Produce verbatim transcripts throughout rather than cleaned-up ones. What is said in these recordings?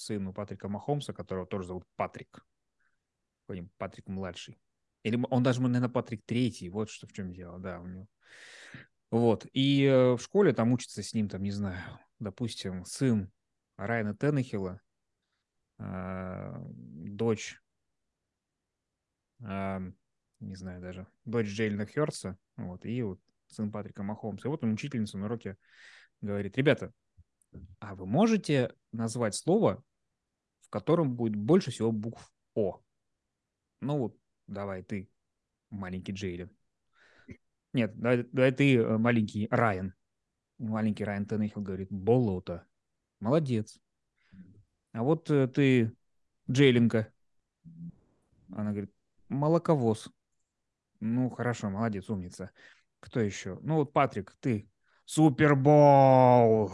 сын у Патрика Махомса, которого тоже зовут Патрик. Какой-нибудь Патрик-младший. Или он даже, наверное, Патрик Третий. Вот что в чем дело, да, у него. Вот. И э, в школе там учится с ним, там, не знаю, допустим, сын Райана Теннехилла, э, дочь, э, не знаю даже, дочь Джейлена Хёртса, вот, и вот сын Патрика Махомса. И вот он учительница на уроке говорит: ребята, а вы можете назвать слово, в котором будет больше всего букв О? Ну вот, давай ты, маленький Джейлен. Нет, давай, давай ты, э, маленький Райан. Маленький Райан Теннехилл говорит: болото. Молодец. А вот э, ты, Джейленка. Она говорит: молоковоз. Ну, хорошо, молодец, умница. Кто еще? Ну, вот Патрик, ты. Супербоул.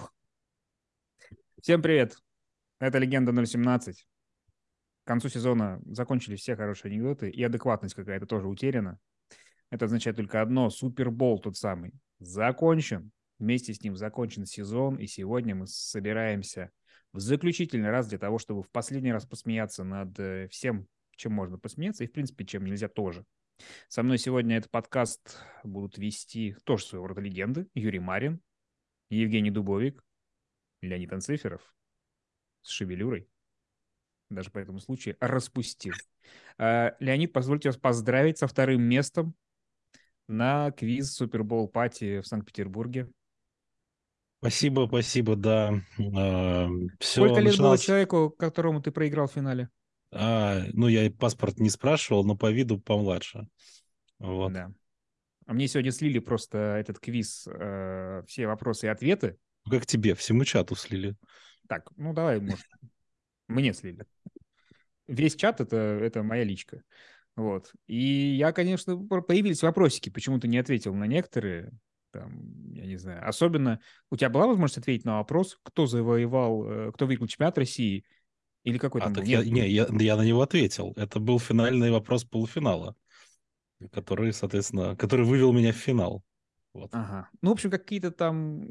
Всем привет. Это «Легенда ноль семнадцать». К концу сезона закончились все хорошие анекдоты, и адекватность какая-то тоже утеряна. Это означает только одно: Супербол тот самый закончен. Вместе с ним закончен сезон, и сегодня мы собираемся в заключительный раз для того, чтобы в последний раз посмеяться над э, всем, чем можно посмеяться, и, в принципе, чем нельзя тоже. Со мной сегодня этот подкаст будут вести тоже своего рода легенды: Юрий Марин, Евгений Дубовик, Леонид Анциферов с шевелюрой, даже по этому случаю распустил. А, Леонид, позвольте вас поздравить со вторым местом на квиз Супербол Пати в Санкт-Петербурге. Спасибо, спасибо, да. А, Сколько все лет было начиналось... человеку, которому ты проиграл в финале? а, ну, я и паспорт не спрашивал, но по виду помладше. Вот. Да. А мне сегодня слили просто этот квиз, э, все вопросы и ответы. Ну, как тебе? Всему чату слили. Так, ну давай, может, мне слили. Весь чат это, это моя личка. Вот. И я, конечно, появились вопросики, почему ты не ответил на некоторые. Там, я не знаю. Особенно у тебя была возможность ответить на вопрос, кто завоевал, э, кто выиграл чемпионат России, или какой А, там был? так я, Нет. не, я, я на него ответил. Это был финальный вопрос полуфинала, который, соответственно, который вывел меня в финал. Вот. Ага. Ну, в общем, какие-то там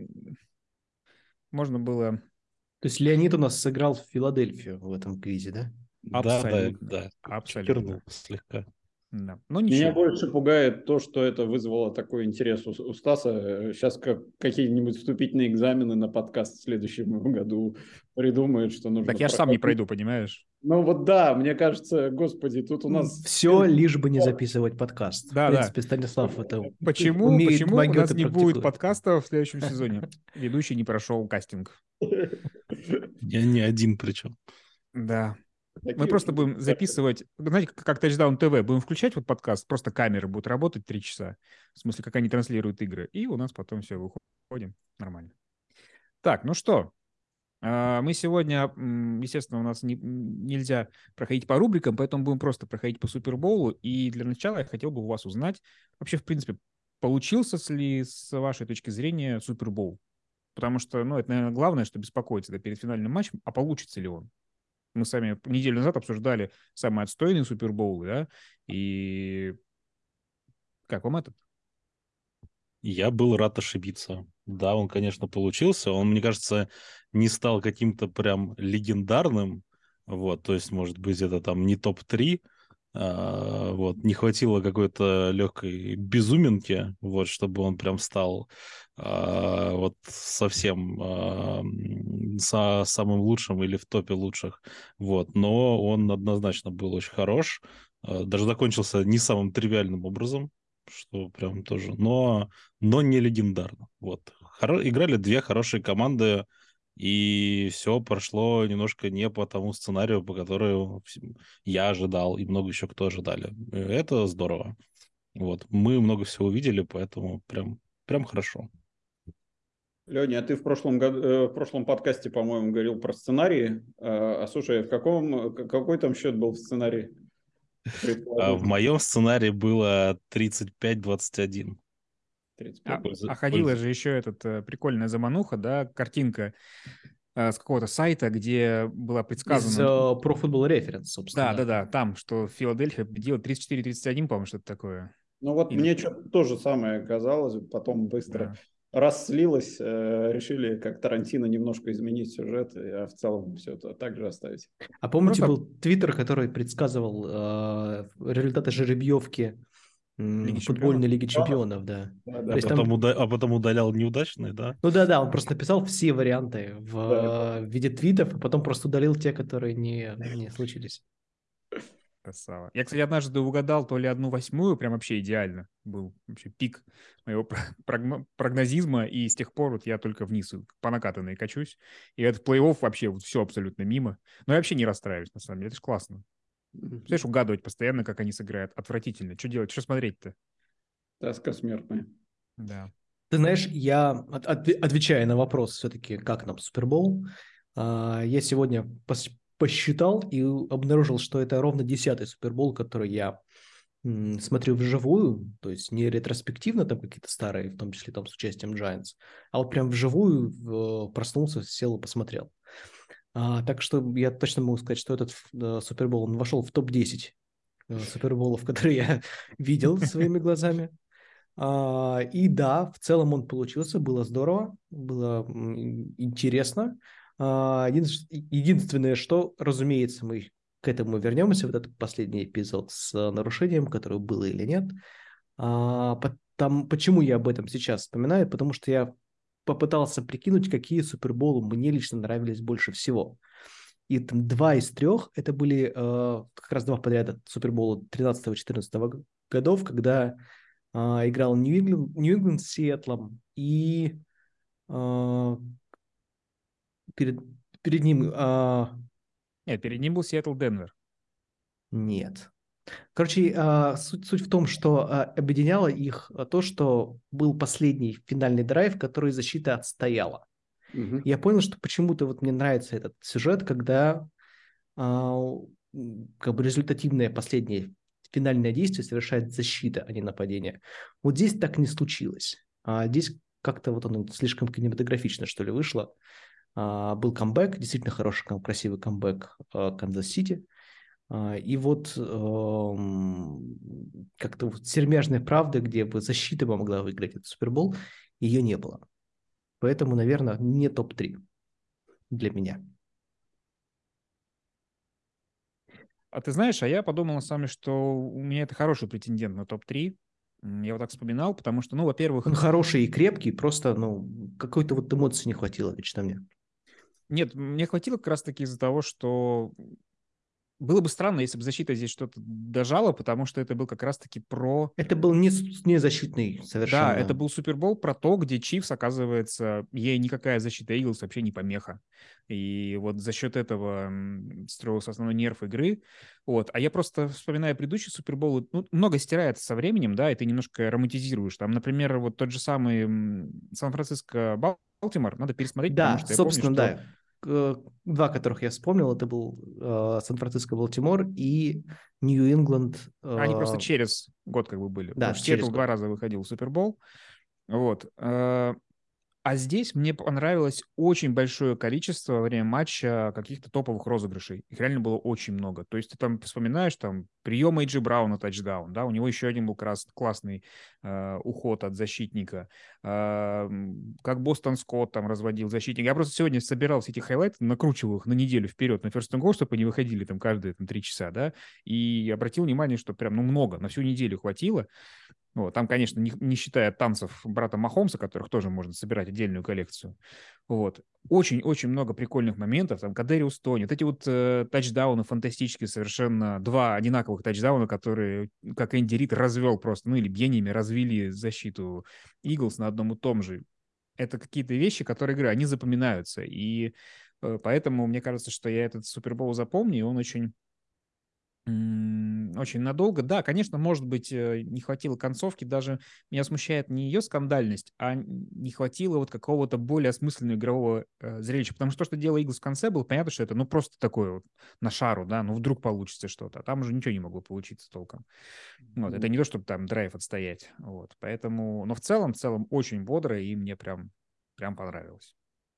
можно было То есть Леонид у нас сыграл в Филадельфию в этом квизе, да? Да, да, абсолютно, да. абсолютно. Чекернул слегка. Да. Но Меня ничего. больше пугает то, что это вызвало такой интерес у, у Стаса. Сейчас как, какие-нибудь вступительные экзамены на подкаст в следующем году придумают, что нужно Так я же сам не проходить. пройду, понимаешь? Ну вот да, мне кажется, господи, тут у нас... Все, лишь бы не записывать подкаст. Да, В да. принципе, Станислав это Почему, умеет, почему у могет нас и не будет практикует. подкаста в следующем сезоне? Ведущий не прошел кастинг. Я не один причем. Да. Мы Такие просто вот- будем записывать, знаете, как, как Touchdown ти ви, будем включать вот подкаст, просто камеры будут работать три часа, в смысле, как они транслируют игры, и у нас потом все выходим нормально. Так, ну что, а, мы сегодня, м, естественно, у нас не- нельзя проходить по рубрикам, поэтому будем просто проходить по Супербоулу, и для начала я хотел бы у вас узнать, вообще, в принципе, получился ли с вашей точки зрения Супербоул? Потому что, ну, это, наверное, главное, что беспокоится, да, перед финальным матчем, а получится ли он? Мы сами неделю назад обсуждали самые отстойные супербоулы, да, и как вам этот? Я был рад ошибиться. Да, он, конечно, получился. Он, мне кажется, не стал каким-то прям легендарным. Вот, то есть, может быть, это там не топ три. а, вот, не хватило какой-то легкой безуминки, вот, чтобы он прям стал а, вот совсем а, м, со- самым лучшим или в топе лучших. Вот, но он однозначно был очень хорош. А, даже закончился не самым тривиальным образом, что прям тоже, но но не легендарно. Вот. Хоро- Играли две хорошие команды, и все прошло немножко не по тому сценарию, по которому вс- я ожидал, и много еще кто ожидали. Э, Это здорово. Вот. Мы много всего увидели, поэтому прям, прям хорошо. Леня, а ты в прошлом году, э, в прошлом подкасте, по-моему, говорил про сценарии. А, а слушай, в каком, к- какой там счет был в сценарии? А в Предположительно. моем сценарии было тридцать пять двадцать один. тридцать А, пять. Пользу- а ходила пользу- же еще этот э, прикольная замануха, да, картинка э, с какого-то сайта, где было Из предсказано... э, ну, Pro Football Reference, да, да, собственно. да, там, что Филадельфия победила тридцать четыре тридцать один, по-моему, что-то такое. Ну вот Или... мне что-то то же самое казалось, потом быстро Да. раз слилось, э, решили, как Тарантино, немножко изменить сюжет, а в целом все это так же оставить. А помните, Просто был твиттер, который предсказывал э, результаты жеребьевки Лиги м, Чемпионов. футбольной Лиги Чемпионов, да. Да, То А да, есть да. там, потом, уда- а потом удалял неудачные, да? ну да-да, он просто написал все варианты в, Да, э, в виде твитов, а потом просто удалил те, которые не, не случились. Красава. Я, кстати, однажды угадал то ли одну восьмую, прям вообще идеально. Был вообще пик моего про- прогно- прогнозизма, и с тех пор вот я только вниз по накатанной качусь. И это в плей-офф вообще вот все абсолютно мимо. Но я вообще не расстраиваюсь, на самом деле. Это же классно. Мгм. Знаешь, угадывать постоянно, как они сыграют. Отвратительно. Что делать? Что смотреть-то? Тоска смертная. Да. Ты знаешь, я, от- от- отвечая на вопрос все-таки, как нам Супербол, а, я сегодня пос- посчитал и обнаружил, что это ровно десятый Супербол, который я м, смотрю вживую, то есть не ретроспективно, там какие-то старые, в том числе там с участием Giants, а вот прям вживую в- проснулся, сел и посмотрел. А, так что я точно могу сказать, что этот э, Супербол, он вошел в топ десять э, Суперболов, которые я видел своими глазами. А, и да, в целом он получился, было здорово, было м, интересно. А, единс- единственное, что, разумеется, мы к этому вернемся, вот этот последний эпизод с э, нарушением, которое было или нет. А, потом, почему я об этом сейчас вспоминаю? Потому что я попытался прикинуть, какие суперболы мне лично нравились больше всего. И там два из трех, это были э, как раз два подряда супербола тринадцатого-четырнадцатого годов, когда а, играл Нью-Ингланд, Нью-Ингланд с Сиэтлом, и а, перед, перед ним а, Нет, перед ним был Сиэтл Денвер. нет. Короче, а, суть, суть в том, что а, объединяло их а, то, что был последний финальный драйв, который защита отстояла. Мгм. Я понял, что почему-то вот мне нравится этот сюжет, когда а, м, как бы результативное последнее финальное действие совершает защита, а не нападение. Вот здесь так не случилось. А здесь как-то вот оно слишком кинематографично, что ли, вышло. А, был камбэк, действительно хороший, кам- красивый камбэк а, Канзас-Сити. А, и вот эм, как-то вот сермяжная правда, где бы защита бы могла выиграть этот Супербол, ее не было. Поэтому, наверное, не топ три для меня. А ты знаешь, а я подумал на самом деле, что у меня это хороший претендент на топ три. М, Я вот так вспоминал, потому что, ну, Он во-первых, хороший и крепкий, просто, ну, какой-то вот эмоции не хватило лично мне. нет, мне хватило как раз-таки из-за того, что было бы странно, если бы защита здесь что-то дожала, потому что это был как раз-таки про... Это был не, с- не защитный Да, это совершенно. был Супербол про то, где Чифс, оказывается, ей никакая защита Иглс вообще не помеха. И вот за счет этого м, строился основной нерв игры. Вот. А я просто, вспоминая предыдущие Суперболы, ну, много стирается со временем, да, и ты немножко романтизируешь. Там, например, вот тот же самый м, Сан-Франциско Балтимор надо пересмотреть, потому Да, что я помню, собственно, что да. К- Два, которых я вспомнил, это был э, Сан-Франциско, Балтимор и Нью-Ингланд. они просто э, через год как бы были. Потому да, что через Сиэтл два год. раза выходил в Супербол. Вот. Э, А здесь мне понравилось очень большое количество во время матча каких-то топовых розыгрышей. Их реально было очень много. То есть ты там вспоминаешь, там, прием Эйджи Брауна тачдаун, да, у него еще один был крас- классный э, уход от защитника. Э, м, как Бостон Скотт там разводил защитника. Я просто сегодня собирал все эти хайлайты, накручивал их на неделю вперед на First and Goal, чтобы они выходили там каждые там, три часа, да, и обратил внимание, что прям, ну, много, на всю неделю хватило. Вот, там, конечно, не, не считая танцев брата Махомса, которых тоже можно собирать отдельную коллекцию. Вот. Очень-очень много прикольных моментов. Там Кадериус Тони. Вот эти вот э, тачдауны фантастические совершенно. Два одинаковых тачдауна, которые, как Энди Рид, развел просто, ну или гениями развили защиту Иглс на одном и том же. Это какие-то вещи, которые, говорю, они запоминаются. И э, поэтому мне кажется, что я этот Супербоул запомню, и он очень М, очень надолго. Да, конечно, может быть, э, не хватило концовки. Даже меня смущает не ее скандальность, а н- не хватило вот какого-то более осмысленного игрового э, зрелища. Потому что то, что делал Иглс в конце, было понятно, что это ну просто такое вот на шару, да, ну вдруг получится что-то. А там уже ничего не могло получиться толком. Вот, это не то, чтобы там драйв отстоять. Вот, поэтому, но в целом, в целом очень бодро, и мне прям, прям понравилось.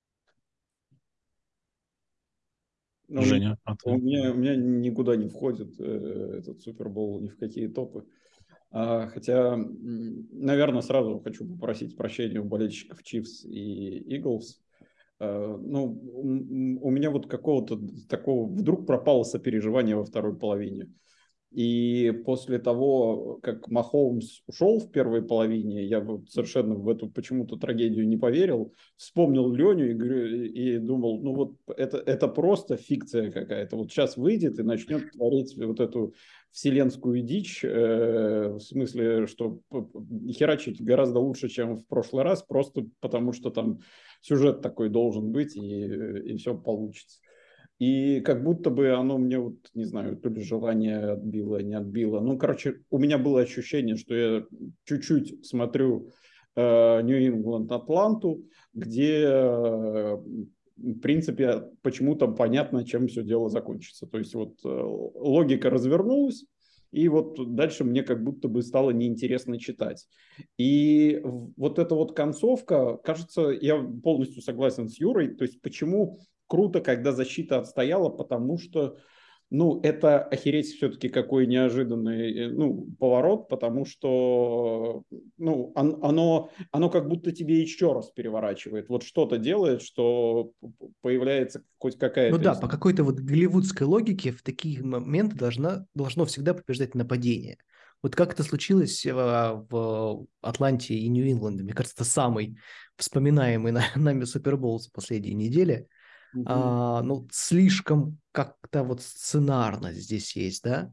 Но у меня, Женя, а у ты? меня, у меня никуда не входит э, этот Супербол, ни в какие топы. А, хотя, наверное, сразу хочу попросить прощения у болельщиков Chiefs и Eagles. А, ну, у меня вот какого-то такого вдруг пропало сопереживание во второй половине. И после того, как Махоумс ушел в первой половине, я вот совершенно в эту почему-то трагедию не поверил. Вспомнил Леню и, говорю, и думал, ну вот это, это просто фикция какая-то. Вот сейчас выйдет и начнет творить вот эту вселенскую дичь, э, в смысле, что херачить гораздо лучше, чем в прошлый раз, просто потому что там сюжет такой должен быть, и, и все получится. И как будто бы оно мне, вот, не знаю, то ли желание отбило, не отбило. Ну, короче, у меня было ощущение, что я чуть-чуть смотрю Нью-Ингланд-Атланту, где, э, в принципе, почему-то понятно, чем все дело закончится. То есть вот э, логика развернулась, и вот дальше мне как будто бы стало неинтересно читать. И вот эта вот концовка, кажется, я полностью согласен с Юрой, то есть почему круто, когда защита отстояла, потому что, ну, это охереть все-таки какой неожиданный, ну, поворот, потому что, ну, оно, оно как будто тебе еще раз переворачивает. Вот что-то делает, что появляется хоть какая-то... Ну да, история. по какой-то вот голливудской логике в такие моменты должна, должно всегда побеждать нападение. Вот как это случилось в, в Атланте и Нью-Ингланде. Мне кажется, это самый вспоминаемый нами Супербол за последние недели. Угу. А, ну, слишком как-то вот сценарно здесь есть, да?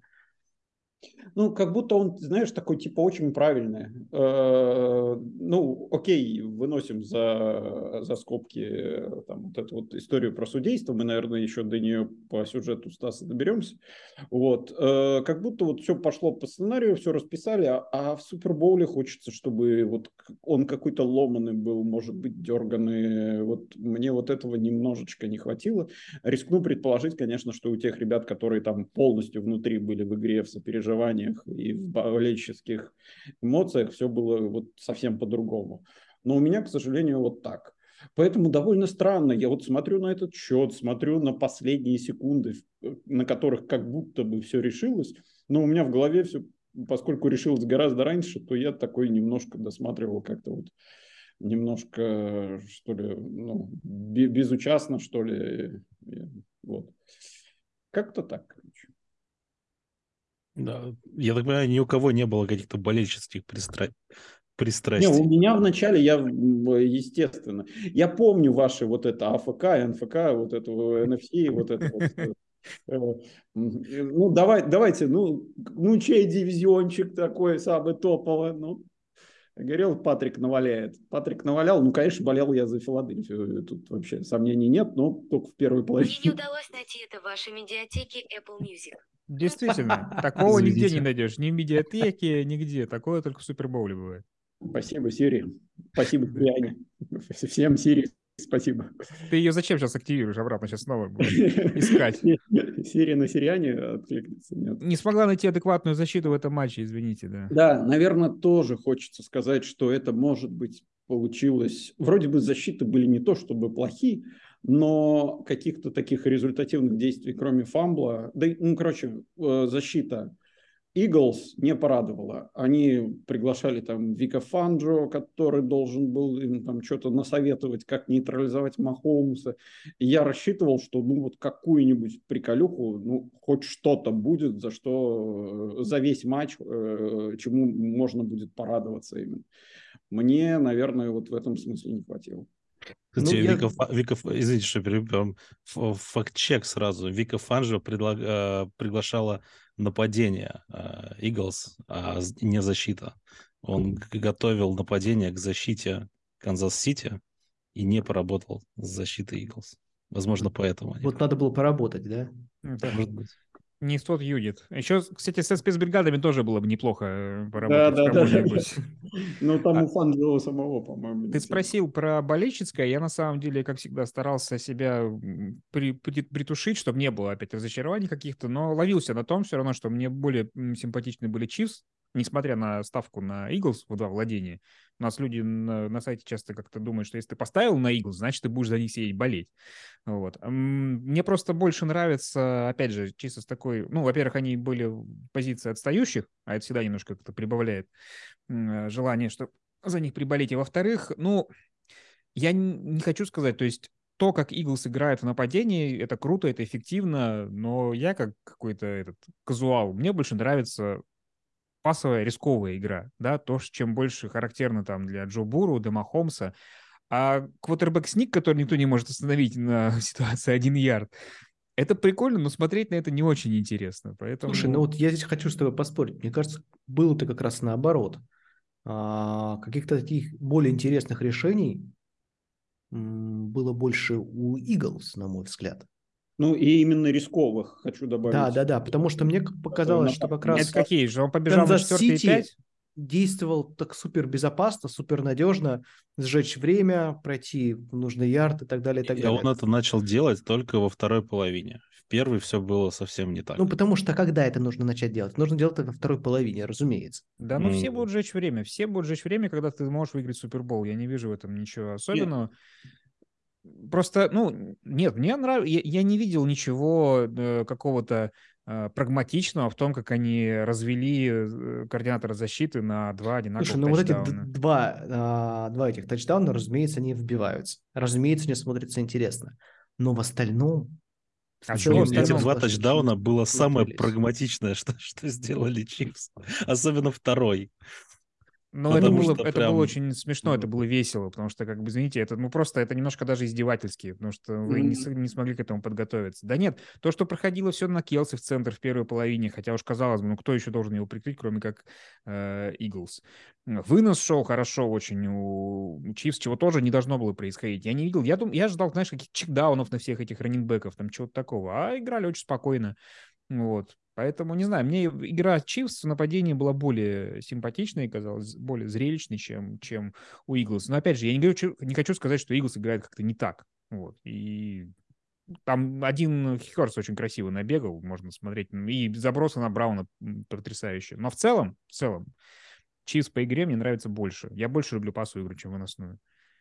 Ну, как будто он, знаешь, такой типа очень правильный. Э, ну, окей, выносим за, за скобки там, вот эту вот историю про судейство. Мы, наверное, еще до нее по сюжету Стаса доберемся. Вот. Э, как будто вот все пошло по сценарию, все расписали, а, а в Супербоуле хочется, чтобы вот он какой-то ломаный был, может быть, дерганый. Вот мне вот этого немножечко не хватило. Рискну предположить, конечно, что у тех ребят, которые там полностью внутри были в игре, в сопереживании, и в болельческих эмоциях все было вот совсем по-другому. Но у меня, к сожалению, вот так. Поэтому довольно странно. Я вот смотрю на этот счет, смотрю на последние секунды, на которых как будто бы все решилось, но у меня в голове все, поскольку решилось гораздо раньше, то я такой немножко досматривал как-то вот немножко, что ли, ну, безучастно, что ли. Вот. Как-то так, короче. Да. Я так понимаю, ни у кого не было каких-то болельческих пристра... Не, пристрастий. у меня вначале, я, естественно, я помню ваши вот это АФК, НФК, вот это эн эф си, вот это вот. Ну, давай, давайте, ну, ну, чей дивизиончик такой самый топовый, ну, говорил, Патрик наваляет. Патрик навалял, ну, конечно, болел я за Филадельфию, тут вообще сомнений нет, но только в первой половине. Мне не удалось найти это в вашей медиатеке Apple Music. Действительно, такого нигде Извините. не найдешь. Ни в медиатеке, нигде. Такое только в Супербоуле бывает. Спасибо, Сири. Спасибо, Сириане. Всем Сири спасибо. Ты ее зачем сейчас активируешь обратно? Сейчас снова будешь искать. Сири на Сириане откликнется. Нет. Не смогла найти адекватную защиту в этом матче, извините, да. Да, наверное, тоже хочется сказать, что это, может быть, получилось. Вроде бы защиты были не то чтобы плохие, но каких-то таких результативных действий, кроме фамбла, да, ну, короче, защита Eagles не порадовала. Они приглашали там Вика Фанджо, который должен был им там что-то насоветовать, как нейтрализовать Махоумса. И я рассчитывал, что ну вот какую-нибудь приколюху, ну хоть что-то будет, за что за весь матч, э, чему можно будет порадоваться именно. Мне, наверное, вот в этом смысле не хватило. Кстати, Ну, я- Вика, Фа- Вика, Фа- извините, что перебью, ф- факт-чек сразу. Вика Фанжо предла- э, приглашала нападение э, Eagles, а з- не защита. Он г- готовил нападение к защите Канзас-Сити и не поработал с защитой Eagles. Возможно, поэтому они... Вот надо было поработать, да? Это Может быть. не тот юнит. Еще, кстати, со спецбригадами тоже было бы неплохо э, Да, поработать да, в да. кого-нибудь. Ну там А у Фанджо самого, по-моему. Ты спросил про болельческое. Я на самом деле, как всегда, старался себя м, при- при- притушить, чтобы не было опять разочарований каких-то, но ловился на том все равно, что мне более м, симпатичны были Chiefs несмотря на ставку на Eagles в два владения. У нас люди на, на сайте часто как-то думают, что если ты поставил на Eagles, значит, ты будешь за них сидеть болеть. Вот. Мне просто больше нравится, опять же, чисто с такой... Ну, во-первых, они были в позиции отстающих, а это всегда немножко как-то прибавляет желание, что за них приболеть. И во-вторых, ну, я не хочу сказать, то есть то, как Eagles играет в нападении, это круто, это эффективно, но я как какой-то этот казуал, мне больше нравится пасовая рисковая игра, да, то, чем больше характерно там для Джо Буру, для Махомса. А квотербэк-сник, который никто не может остановить на ситуации один ярд, это прикольно, но смотреть на это не очень интересно. Поэтому... Слушай, ну вот я здесь хочу с тобой поспорить. Мне кажется, было-то как раз наоборот. А, каких-то таких более интересных решений м, было больше у Eagles, на мой взгляд. Ну и именно рисковых, хочу добавить. Да, да, да, потому что мне показалось, что как раз Это какие же? Он побежал на четвертый и пять? Действовал так супер безопасно, супер надежно, сжечь время, пройти нужный ярд и так далее, и так И далее. он это начал делать только во второй половине. В первой все было совсем не так. Ну, потому что когда это нужно начать делать? Нужно делать это во второй половине, разумеется. Да, ну Mm. все будут жечь время. Все будут жечь время, когда ты можешь выиграть Супербол. Я не вижу в этом ничего особенного. Нет. Просто, ну, нет, мне нравится. Я, я не видел ничего э, какого-то э, прагматичного в том, как они развели э, координатора защиты на два одинаковых Слушай, ну тачдауна. вот эти д- два, а, два этих тачдауна, разумеется, они вбиваются. Разумеется, не смотрится интересно. Но в остальном... А в чего в целом я Эти остальном? два сказал, что тачдауна Chiefs было самое смотрелись. прагматичное, что, что сделали Чифс. Особенно второй. Ну, это Потому было, что это прям- было очень смешно, это Ну. было весело, потому что, как бы, извините, это, ну, просто это немножко даже издевательски, потому что вы не, с- не смогли к этому подготовиться. Да нет, то, что проходило все на Келси в центр в первой половине, хотя уж казалось бы, ну, кто еще должен его прикрыть, кроме как э, Eagles. Вынос шел хорошо очень у Чифс, чего тоже не должно было происходить. Я не видел, я, дум, я ждал, знаешь, каких-то чекдаунов на всех этих раннинбеков, там, чего-то такого, а играли очень спокойно. Вот. Поэтому, не знаю, мне игра Чивс в нападении была более симпатичной, казалось, более зрелищной, чем, чем у Иглс. Но, опять же, я не, говорю, не хочу сказать, что Иглс играет как-то не так. Вот. И там один Хёрст очень красиво набегал, можно смотреть. И забросы на Брауна потрясающие. Но в целом, в целом, Чивс по игре мне нравится больше. Я больше люблю пасовую игру, чем выносную.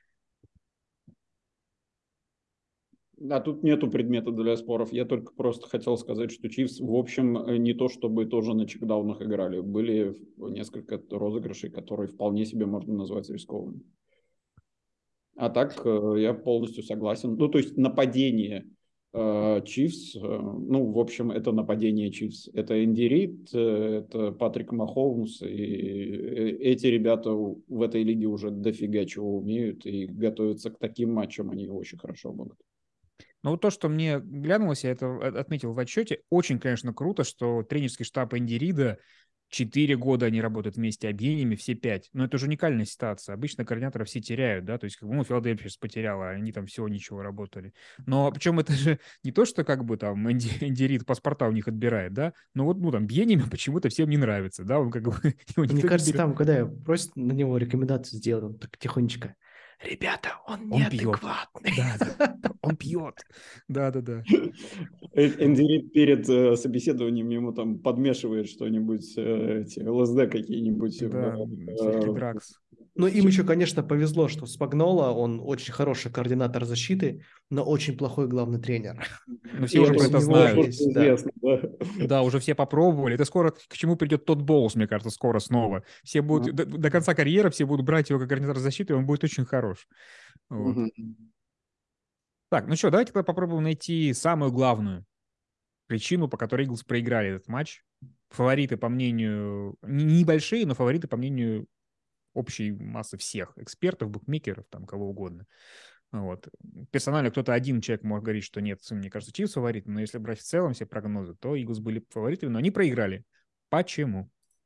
А тут нету предмета для споров. Я только просто хотел сказать, что Чивс, в общем, не то чтобы тоже на чекдаунах играли. Были несколько розыгрышей, которые вполне себе можно назвать рисковыми. А так я полностью согласен. Ну, то есть нападение Чивс, ну, в общем, это нападение Чивс. Это Энди Рид, это Патрик Махоумс, и эти ребята в этой лиге уже дофига чего умеют, и готовятся к таким матчам они очень хорошо могут. Но вот то, что мне глянулось, я это отметил в отчете, очень, конечно, круто, что тренерский штаб Энди Рида, четыре года они работают вместе объединениями, все пять. Но это же уникальная ситуация. Обычно координаторы все теряют, да, то есть, как бы, ну, Филадельфия потеряла, а они там всего ничего работали. Но причем это же не то, что как бы там Энди, Энди Рид паспорта у них отбирает, да, но вот, ну, там, Бьениями почему-то всем не нравится, да, он как бы... Мне кажется, там, когда просят на него рекомендацию сделать, он так тихонечко: ребята, он неадекватный. Да, да, он пьет. Да-да-да. Энди Рид перед э, собеседованием ему там подмешивает что-нибудь, э, эти ЛСД какие-нибудь. Да, э, всякий дракс. Ну, им еще, конечно, повезло, что Спагнола, он очень хороший координатор защиты, но очень плохой главный тренер. Ну, все уже то про есть это у него знают. есть, да. Известно, да. Да, уже все попробовали. Это скоро к чему придет тот Боулс, мне кажется, скоро снова. Все будут до, до конца карьеры все будут брать его как координатор защиты, и он будет очень хорош. Вот. Мгм. Так, ну что, давайте тогда попробуем найти самую главную причину, по которой Иглс проиграли этот матч. Фавориты, по мнению... не- Небольшие, но фавориты, по мнению общей массы всех экспертов, букмекеров, там, кого угодно. Вот. Персонально кто-то один человек может говорить, что нет, мне кажется, Чивс фаворит, но если брать в целом все прогнозы, то Иглс были фаворитами, но они проиграли. Почему?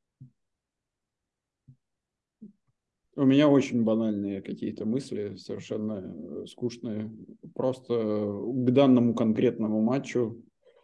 У меня очень банальные какие-то мысли, совершенно э, скучные. Просто к данному конкретному матчу,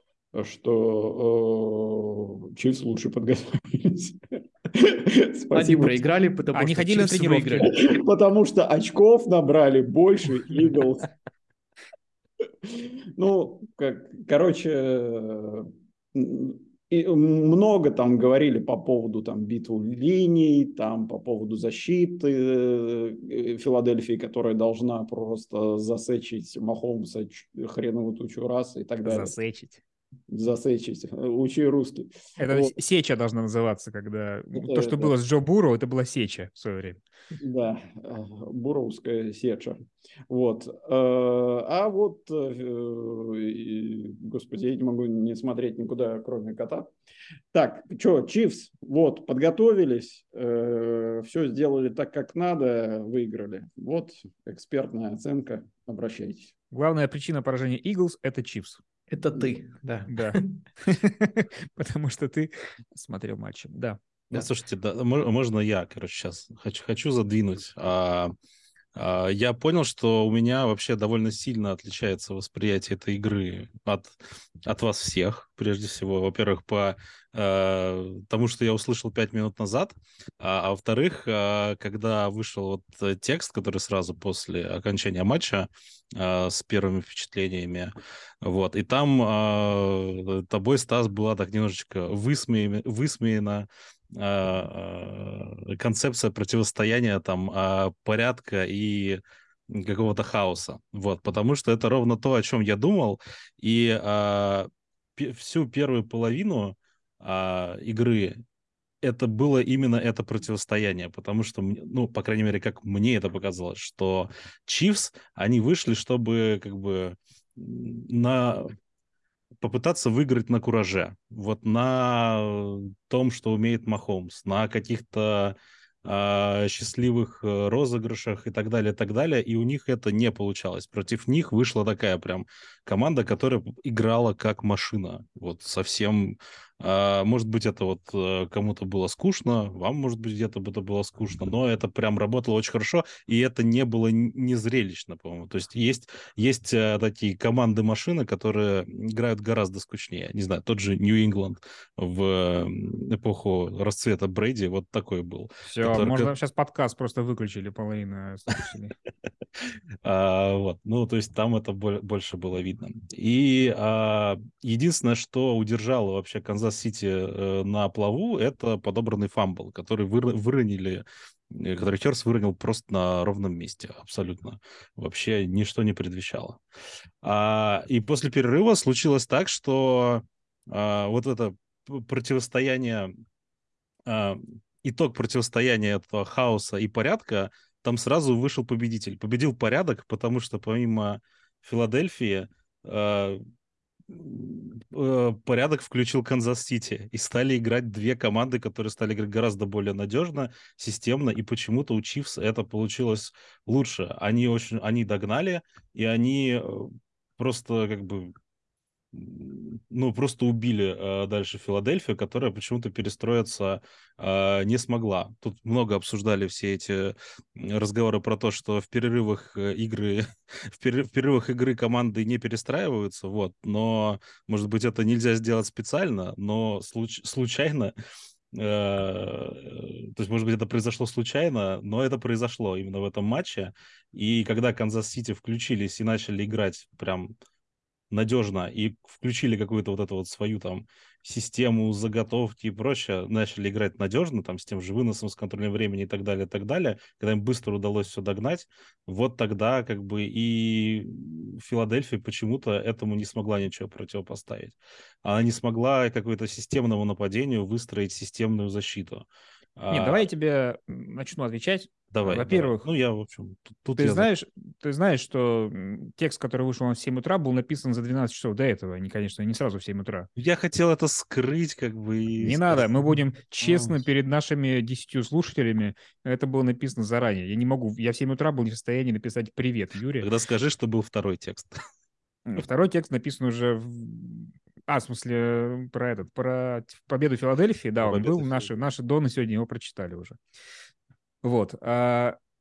что э, Чивс лучше подготовились. Они Спасибо. проиграли, потому Они что ходили на Чивсы тренировки. выиграли. Потому что очков набрали больше Иглс. Ну, как, короче, э, и много там говорили по поводу там битвы линий, там по поводу защиты Филадельфии, которая должна просто засечить Махомса хреновую тучу раз и так далее. Засечить. Засечить. Учи русский. Это Вот. сеча должна называться, когда... Это, То, что это... было с Джо Бурроу, это была сеча в свое время. Да, буровская сеча. Вот. А вот, господи, я не могу не смотреть никуда, кроме кота. Так, что, Чивс, вот, подготовились, все сделали так, как надо, выиграли. Вот экспертная оценка, обращайтесь. Главная причина поражения Eagles – это Чивс. Это ты, да. Да. Потому что ты смотрел матчи. Да. Ну, слушайте, да, можно я, короче, сейчас хочу, хочу задвинуть. А, а, я понял, что у меня вообще довольно сильно отличается восприятие этой игры от, от вас всех, прежде всего. Во-первых, по а, тому, что я услышал пять минут назад, а, а во-вторых, а, когда вышел вот текст, который сразу после окончания матча а, с первыми впечатлениями, вот, и там а, тобой, Стас, была так немножечко высмеяна, высмеяна концепция противостояния там порядка и какого-то хаоса. Вот, потому что это ровно то, о чем я думал. И а, п- всю первую половину а, игры это было именно это противостояние, потому что, ну, по крайней мере, как мне это показалось, что Chiefs, они вышли, чтобы как бы на... попытаться выиграть на кураже, вот на том, что умеет Махомс, на каких-то а, счастливых розыгрышах и так далее, и так далее, и у них это не получалось. Против них вышла такая прям команда, которая играла как машина, вот совсем... А, может быть, это вот кому-то было скучно, вам, может быть, где-то это было скучно, но это прям работало очень хорошо, и это не было не зрелищно, по-моему. То есть есть, есть такие команды-машины, которые играют гораздо скучнее. Не знаю, тот же Нью-Ингланд в эпоху расцвета Брейди вот такой был. Все, который... можно сейчас подкаст просто выключили половину слушателей. А, вот, ну, то есть там это больше было видно. И а, единственное, что удержало вообще Канзас-Сити э, на плаву, это подобранный фамбл, который выр- выронили, который Хёрст выронил просто на ровном месте, абсолютно. Вообще ничто не предвещало. А, и после перерыва случилось так, что а, вот это противостояние, а, итог противостояния этого хаоса и порядка, там сразу вышел победитель. Победил порядок, потому что помимо Филадельфии э, э, порядок включил Канзас-Сити. И стали играть две команды, которые стали играть гораздо более надежно, системно. И почему-то у Чивс это получилось лучше. Они, очень, они догнали, и они просто как бы... ну, просто убили э, дальше Филадельфию, которая почему-то перестроиться э, не смогла. Тут много обсуждали все эти разговоры про то, что в перерывах игры, в, перер- в перерывах игры команды не перестраиваются, вот, но, может быть, это нельзя сделать специально, но случ- случайно, э, то есть, может быть, это произошло случайно, но это произошло именно в этом матче, и когда Канзас-Сити включились и начали играть прям надежно и включили какую-то вот эту вот свою там систему заготовки и прочее, начали играть надежно, там, с тем же выносом, с контролем времени и так далее, и так далее, когда им быстро удалось все догнать, вот тогда как бы и Филадельфия почему-то этому не смогла ничего противопоставить. Она не смогла какое-то системному нападению выстроить системную защиту. Нет, давай я тебе начну отвечать. Давай, Во-первых, давай. Ну, я, в общем, тут, тут ты, я... знаешь, ты знаешь, что текст, который вышел в семь утра, был написан за двенадцать часов до этого. Они, конечно, не сразу в семь утра. Я хотел это скрыть, как бы... И не сказать... надо, мы будем честны перед нашими десятью слушателями. Это было написано заранее. Я не могу, я в семь утра был не в состоянии написать «Привет, Юрий». Тогда скажи, что был второй текст. Второй текст написан уже... В... А, в смысле, про этот, про победу Филадельфии. Да, Про он победу был. Наши, наши доны сегодня его прочитали уже. Вот. А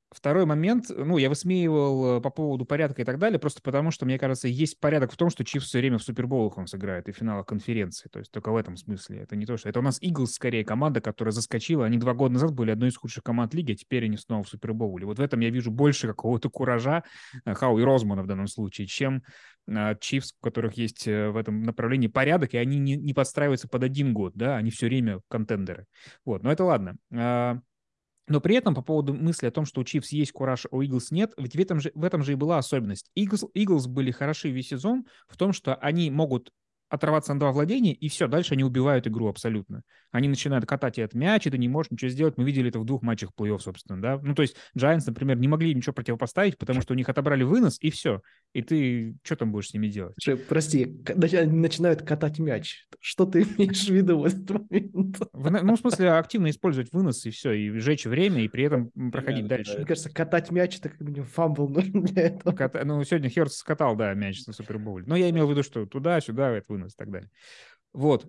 Второй момент, ну, я высмеивал э, по поводу порядка и так далее, просто потому что, мне кажется, есть порядок в том, что Чифс все время в Супербоулах он сыграет и в финалах конференции. То есть только в этом смысле. Это не то, что... Это у нас Иглс скорее команда, которая заскочила. Они два года назад были одной из худших команд лиги, а теперь они снова в Супербоуле. Вот в этом я вижу больше какого-то куража, э, Хау и Розмана в данном случае, чем э, Чифс, у которых есть э, в этом направлении порядок, и они не, не подстраиваются под один год, да, они все время контендеры. Вот, но это ладно. А, Но при этом по поводу мысли о том, что у Чифс есть кураж, а у Иглс нет, ведь в этом же, в этом же и была особенность. Иглс, Иглс были хороши весь сезон в том, что они могут оторваться на два владения, и все, дальше они убивают игру абсолютно. Они начинают катать этот мяч, и ты не можешь ничего сделать. Мы видели это в двух матчах плей-офф, собственно, да. Ну, то есть Giants, например, не могли ничего противопоставить, потому что у них отобрали вынос, и все. И ты что там будешь с ними делать? Слушай, прости, к- нач- начинают катать мяч. Что ты имеешь в виду в этот момент? В, ну, в смысле, активно использовать вынос, и все, и сжечь время, и при этом м, проходить Время дальше. Мне кажется, катать мяч — это как минимум фамбл нужен для этого. Ката- Ну, сегодня Хёртс скатал, да, мяч на Супербоуле. Но я имел в виду, что туда-сюда, это вынос и так далее. Вот.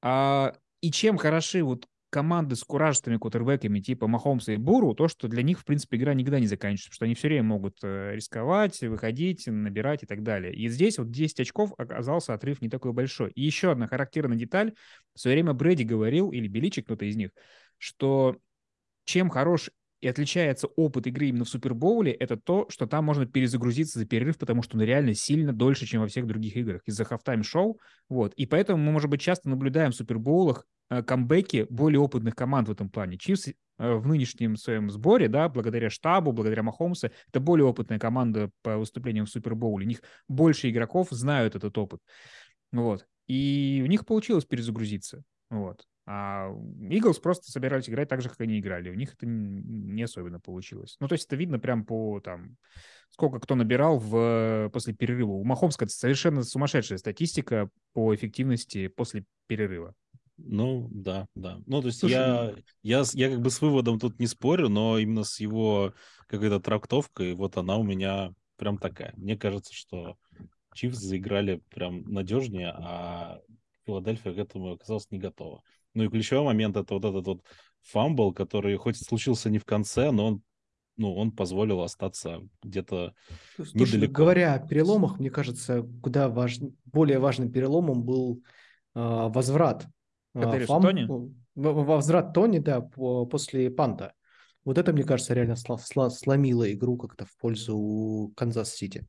А, и чем хороши вот команды с куражистыми квотербеками типа Махомса и Буру, то, что для них, в принципе, игра никогда не заканчивается, потому что они все время могут э, рисковать, выходить, набирать и так далее. И здесь вот десять очков оказался отрыв не такой большой. И еще одна характерная деталь. В свое время Брэди говорил, или Беличик, кто-то из них, что чем хорош и отличается опыт игры именно в Супербоуле, это то, что там можно перезагрузиться за перерыв, потому что он реально сильно дольше, чем во всех других играх из-за хафтайм-шоу. Вот. И поэтому мы, может быть, часто наблюдаем в Супербоулах э, камбэки более опытных команд в этом плане. Чифс э, в нынешнем своем сборе, да, благодаря штабу, благодаря Махомсу, это более опытная команда по выступлениям в Супербоуле. У них больше игроков знают этот опыт. Вот. И у них получилось перезагрузиться. Вот. А Иглс просто собирались играть так же, как они играли. У них это не особенно получилось. Ну, то есть это видно прям по там, сколько кто набирал в, после перерыва. У Махомска это совершенно сумасшедшая статистика по эффективности после перерыва. Ну, да, да. Ну, то есть Слушай, я, я, с- я как бы с выводом тут не спорю, но именно с его какой-то трактовкой, вот она у меня прям такая. Мне кажется, что Чифс заиграли прям надежнее, а Филадельфия к этому оказалась не готова. Ну и ключевой момент — это вот этот вот фамбл, который хоть случился не в конце, но он, ну, он позволил остаться где-то Слушай, недалеко. говоря о переломах, мне кажется, куда важ... более важным переломом был а, возврат. а, Кадериус фам... Тони? ну, в- в- Возврат Тони, да, по- после панта. Вот это, мне кажется, реально сла- сла- сломило игру как-то в пользу Канзас-Сити.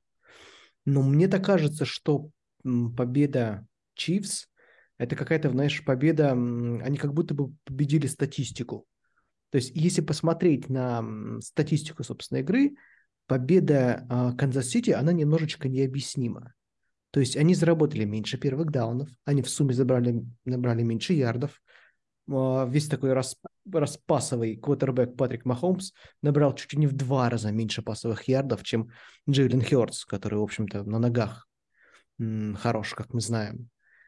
Но мне так кажется, что м, победа Чивс — это какая-то, знаешь, победа, м, они как будто бы победили статистику. То есть, если посмотреть на м, статистику, собственно, игры, победа а, Канзас-Сити, она немножечко необъяснима. То есть, они заработали меньше первых даунов, они в сумме забрали, набрали меньше ярдов. А, Весь такой рас, распасовый квотербек Патрик Махомс набрал чуть ли не в два раза меньше пасовых ярдов, чем Джейлен Хёртс, который, в общем-то, на ногах м, хорош, как мы знаем.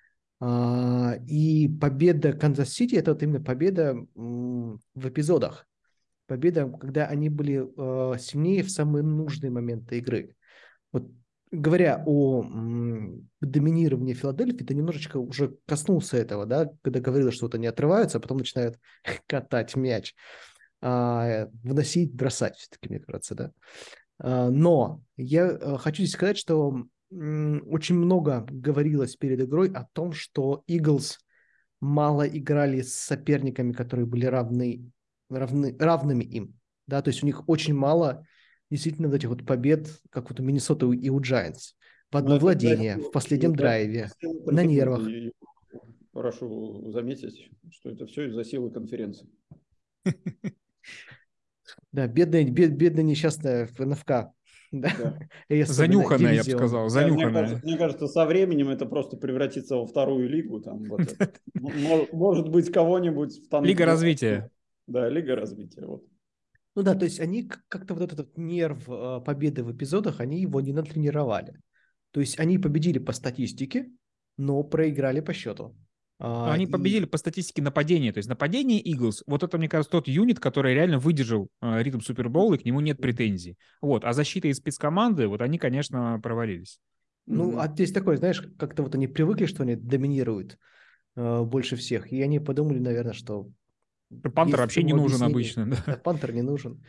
А, И победа Канзас-Сити — это вот именно победа м, в эпизодах. Победа, когда они были э, сильнее в самые нужные моменты игры. Вот говоря о м, доминировании Филадельфии, ты немножечко уже коснулся этого, да, когда говорил, что вот они отрываются, а потом начинают катать мяч, а, выносить, бросать все-таки, мне кажется, да. А, Но я э, хочу здесь сказать, что м, очень много говорилось перед игрой о том, что Eagles мало играли с соперниками, которые были равны, равны, равными им. Да, то есть у них очень мало действительно вот этих вот побед, как вот у Миннесоты и у Giants. В одно Но это за владение, в силу- последнем за драйве, силу на конференции. нервах. И прошу заметить, что это все из-за силы конференции. Да, бедная, бед, бедная несчастная эн эф ка. Да. Да. эй эс эн Занюханная, я бы дивизион. сказал, Да, мне, кажется, занюханная. мне кажется, со временем это просто превратится во вторую лигу. Там, вот это. М- Может быть, кого-нибудь в танке. Лига развития. Да, Лига развития. Вот. Ну да, то есть они к- как-то вот этот вот нерв э, победы в эпизодах, они его не натренировали. То есть они победили по статистике, но проиграли по счету. А, Они и победили по статистике нападения. То есть нападение Eagles, вот это, мне кажется, тот юнит, который реально выдержал э, ритм Супербоула, и к нему нет претензий. Вот. А защита из спецкоманды, вот они, конечно, провалились. Ну, Мгм. а здесь такое, знаешь, как-то вот они привыкли, что они доминируют э, больше всех, и они подумали, наверное, что Пантер есть вообще не этому нужен объяснение. обычно. Да, Да. Пантер не нужен.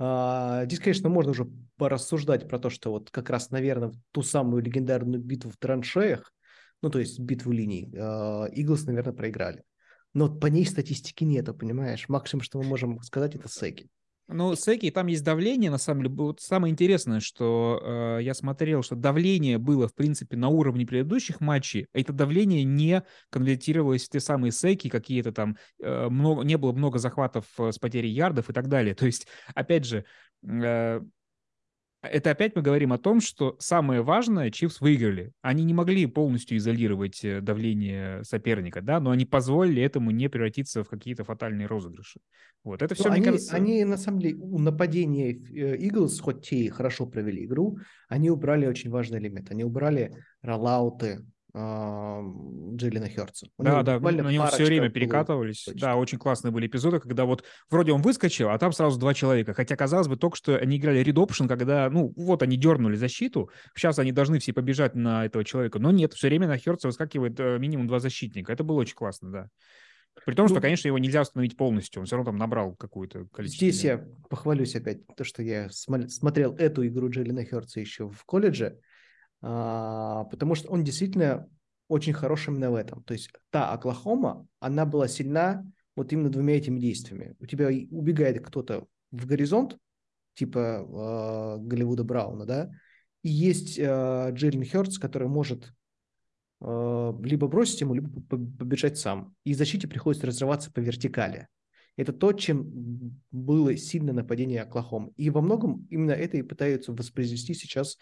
А, здесь, конечно, можно уже порассуждать про то, что вот как раз, наверное, ту самую легендарную битву в траншеях, ну, то есть битву линий, Иглс, наверное, проиграли. Но вот по ней статистики нету, понимаешь? Максимум, что мы можем сказать, это секи. Ну, Секи, там есть давление, на самом деле. Вот самое интересное, что э, я смотрел, что давление было, в принципе, на уровне предыдущих матчей, а это давление не конвертировалось в те самые Секи, какие-то там, э, много, не было много захватов э, с потерей ярдов и так далее. То есть, опять же, э, это опять мы говорим о том, что самое важное, Чивс выиграли. Они не могли полностью изолировать э, давление соперника, да, но они позволили этому не превратиться в какие-то фатальные розыгрыши. Вот это Но все, мне они, кажется... они, на самом деле, у нападения Иглс, хоть те и хорошо провели игру, они убрали очень важный элемент. Они убрали роллауты а, Джейлина Хёртса. У него Да, да, буквально на него все парочка время было перекатывались. Да, точно. очень классные были эпизоды, когда вот вроде он выскочил, а там сразу два человека. Хотя, казалось бы, только что они играли read option, когда, ну, вот они дернули защиту, сейчас они должны все побежать на этого человека. Но нет, все время на Хёртса выскакивает э, минимум два защитника. Это было очень классно, да. При том, что, Ну, конечно, его нельзя установить полностью. Он все равно там набрал какое-то количество здесь ярдов. я похвалюсь опять, то, что я смо- смотрел эту игру Джейлина Хёртса еще в колледже, а, потому что он действительно очень хорош именно в этом. То есть та Оклахома, она была сильна вот именно двумя этими действиями. У тебя и убегает кто-то в горизонт, типа э, Голливуда Брауна, да, и есть э, Джейлен Хёртс, который может э, либо бросить ему, либо побежать сам. И защите приходится разрываться по вертикали. Это то, чем было сильное нападение Оклахомы. И во многом именно это и пытаются воспроизвести сейчас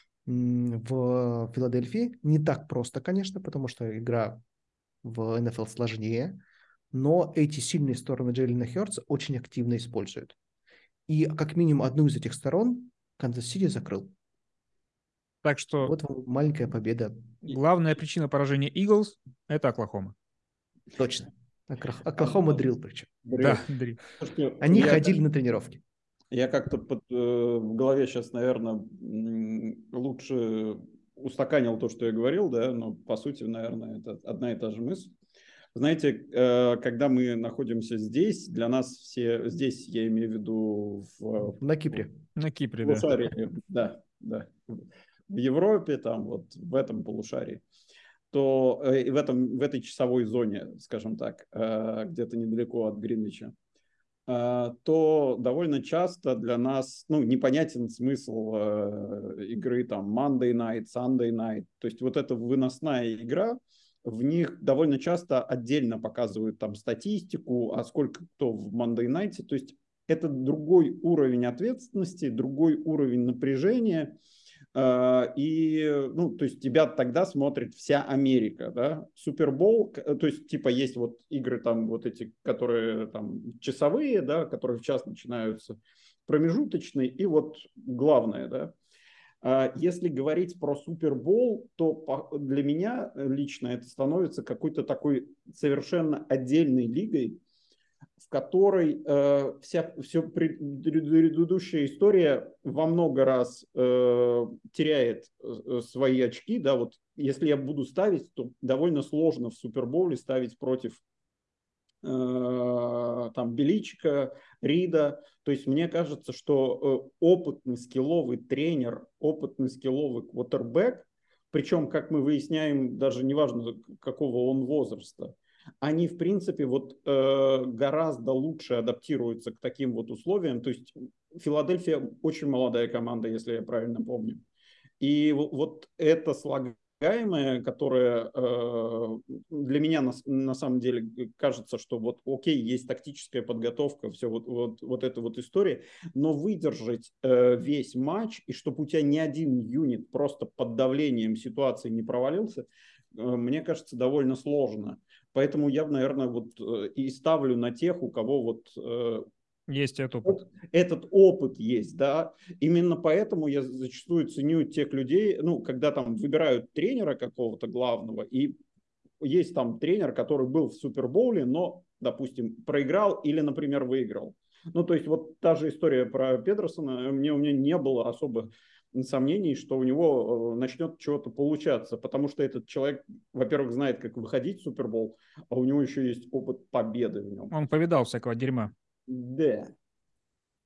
в Филадельфии. Не так просто, конечно, потому что игра в эн эф эл сложнее, но эти сильные стороны Джейлена Хёртса очень активно используют. И как минимум одну из этих сторон Канзас-Сити закрыл. Так что Вот вам маленькая победа. главная причина поражения Eagles — это Оклахома. Точно. Оклахома дрил причем. Да, Андрей. Слушайте, Они я, ходили на тренировки. я как-то под, э, в голове сейчас, наверное, лучше устаканил то, что я говорил, да, но по сути, наверное, это одна и та же мысль. Знаете, э, когда мы находимся здесь, для нас все, здесь я имею в виду в, На Кипре. На Кипре, да. полушарии, да, да, в Европе, там вот в этом полушарии, то э, в, этом, в этой часовой зоне, скажем так, э, где-то недалеко от Гринвича, э, то довольно часто для нас, ну, непонятен смысл э, игры там Monday Night, Sunday Night, то есть вот эта выносная игра, в них довольно часто отдельно показывают там статистику, а сколько кто в Monday Night, то есть это другой уровень ответственности, другой уровень напряжения, и, ну, то есть тебя тогда смотрит вся Америка, да, Супербол, то есть, типа, есть вот игры там вот эти, которые там часовые, да, которые в час начинаются, промежуточные, и вот главное, да. Если говорить про Супербол, то для меня лично это становится какой-то такой совершенно отдельной лигой, в которой э, вся все предыдущая история во много раз э, теряет э, свои очки, да, вот если я буду ставить, то довольно сложно в Супербоуле ставить против э, там Беличика, Рида, то есть мне кажется, что э, опытный скилловый тренер, опытный скилловый квотербек, причем, как мы выясняем, даже неважно какого он возраста, они, в принципе, вот э, гораздо лучше адаптируются к таким вот условиям. То есть Филадельфия очень молодая команда, если я правильно помню. И вот это слагаемое, которое э, для меня на, на самом деле кажется, что вот окей, есть тактическая подготовка, все вот, вот, вот эта вот история, но выдержать э, весь матч, и чтобы у тебя ни один юнит просто под давлением ситуации не провалился, э, мне кажется, довольно сложно. Поэтому я, наверное, вот и ставлю на тех, у кого вот э, есть этот опыт. Этот опыт есть, да. Именно поэтому я зачастую ценю тех людей, ну, когда там выбирают тренера какого-то главного, и есть там тренер, который был в Супербоуле, но, допустим, проиграл или, например, выиграл. Ну, то есть вот та же история про Педерсона, мне, у меня не было особо сомнений, что у него начнет чего-то получаться, потому что этот человек, во-первых, знает, как выходить в Супербол, а у него еще есть опыт победы в нем. Он повидал всякого дерьма. Да.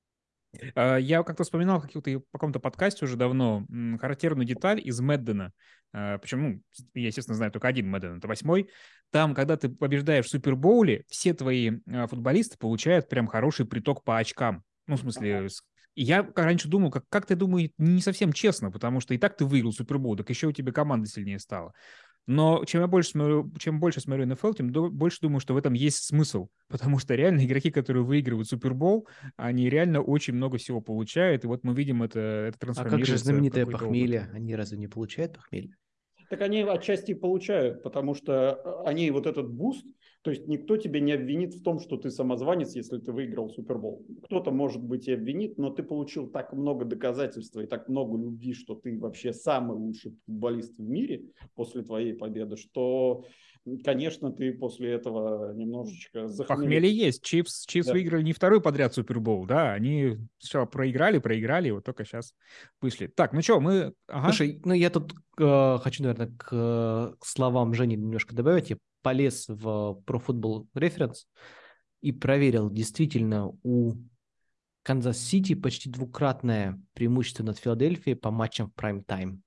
А, Я как-то вспоминал в каких-то- в каком-то подкасте уже давно м, характерную деталь из Мэддена. А, Причем, ну, с- я, естественно, знаю только один Мэдден, это восьмой. Там, когда ты побеждаешь в Супербоуле, все твои а, футболисты получают прям хороший приток по очкам. Ну, в смысле, с- и я как раньше думал, как, как ты думаешь, не совсем честно, потому что и так ты выиграл Супербоул, так еще у тебя команда сильнее стала. Но чем я больше смотрю, чем больше смотрю эн эф эл, тем до- больше думаю, что в этом есть смысл. Потому что реально игроки, которые выигрывают Супербол, они реально очень много всего получают. И вот мы видим, это, это А как же трансформируется в знаменитое какой-то опыт. похмелье? Они разве не получают похмелье? Так они отчасти получают, потому что они вот этот буст, то есть никто тебя не обвинит в том, что ты самозванец, если ты выиграл Супербол. Кто-то, может быть, и обвинит, но ты получил так много доказательств и так много любви, что ты вообще самый лучший футболист в мире после твоей победы, что, конечно, ты после этого немножечко захмелел. Похмелье есть. Чифс, Чифс Да. выиграли не второй подряд Супербол, да, они сначала проиграли, проиграли, и вот только сейчас вышли. Так, ну что, мы... Ага. Слушай, ну я тут э, хочу, наверное, к, э, к словам Жени немножко добавить. Я полез в Pro Football Reference и проверил, действительно, у Канзас-Сити почти двукратное преимущество над Филадельфией по матчам в прайм-тайм.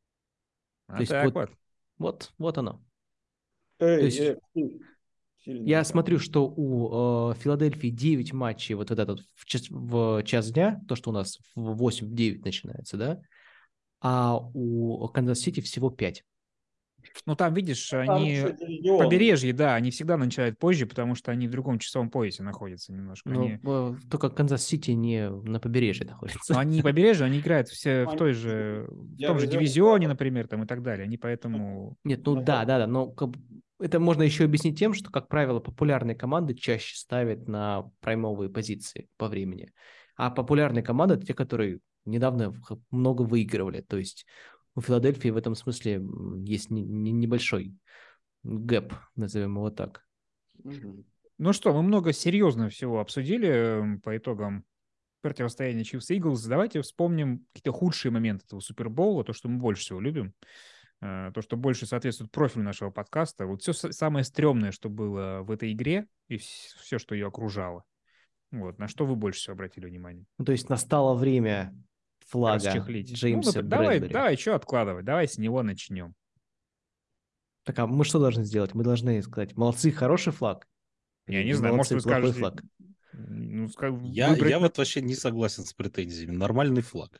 А То есть так вот, вот. вот, вот оно. Эй, То есть эй, сильно я не так. смотрю, что у э, Филадельфии девять матчей вот этот вот в час, в час дня, то, что у нас в восемь-девять начинается, да, а у Канзас-Сити всего пять. Ну, там, видишь, Там они... еще дивизион. Побережье, да, они всегда начинают позже, потому что они в другом часовом поясе находятся немножко. Они... Но э, только Канзас-Сити не на побережье находится. Но они не побережье, они играют все в Они- той же, в Я том же везём дивизионе, туда. например, там и так далее. Они поэтому... Нет, ну да, да, да, но как бы это можно еще объяснить тем, что, как правило, популярные команды чаще ставят на праймовые позиции по времени. А популярные команды — это те, которые недавно в- много выигрывали. То есть у Филадельфии в этом смысле м, есть не- не- небольшой гэп, назовем его так. Мгм. Ну что, мы много серьезного всего обсудили м, по итогам противостояния Chiefs и Eagles. Давайте вспомним какие-то худшие моменты этого Супербоула, то, что мы больше всего любим, э, то, что больше соответствует профилю нашего подкаста. Вот все самое стрёмное, что было в этой игре, и все, что ее окружало. Вот, на что вы больше всего обратили внимание? Ну, то есть настало время флага Расчехлить. Ну, Джеймса например, давай, Брэдбери. давай, что откладывать? Давай с него начнем. Так, а мы что должны сделать? Мы должны сказать, молодцы, хороший флаг. Я Или не знаю, может, молодцы, вы плохой скажете... флаг. Ну, ска- Я, выбрать я на- вот вообще не согласен с претензиями. Нормальный флаг.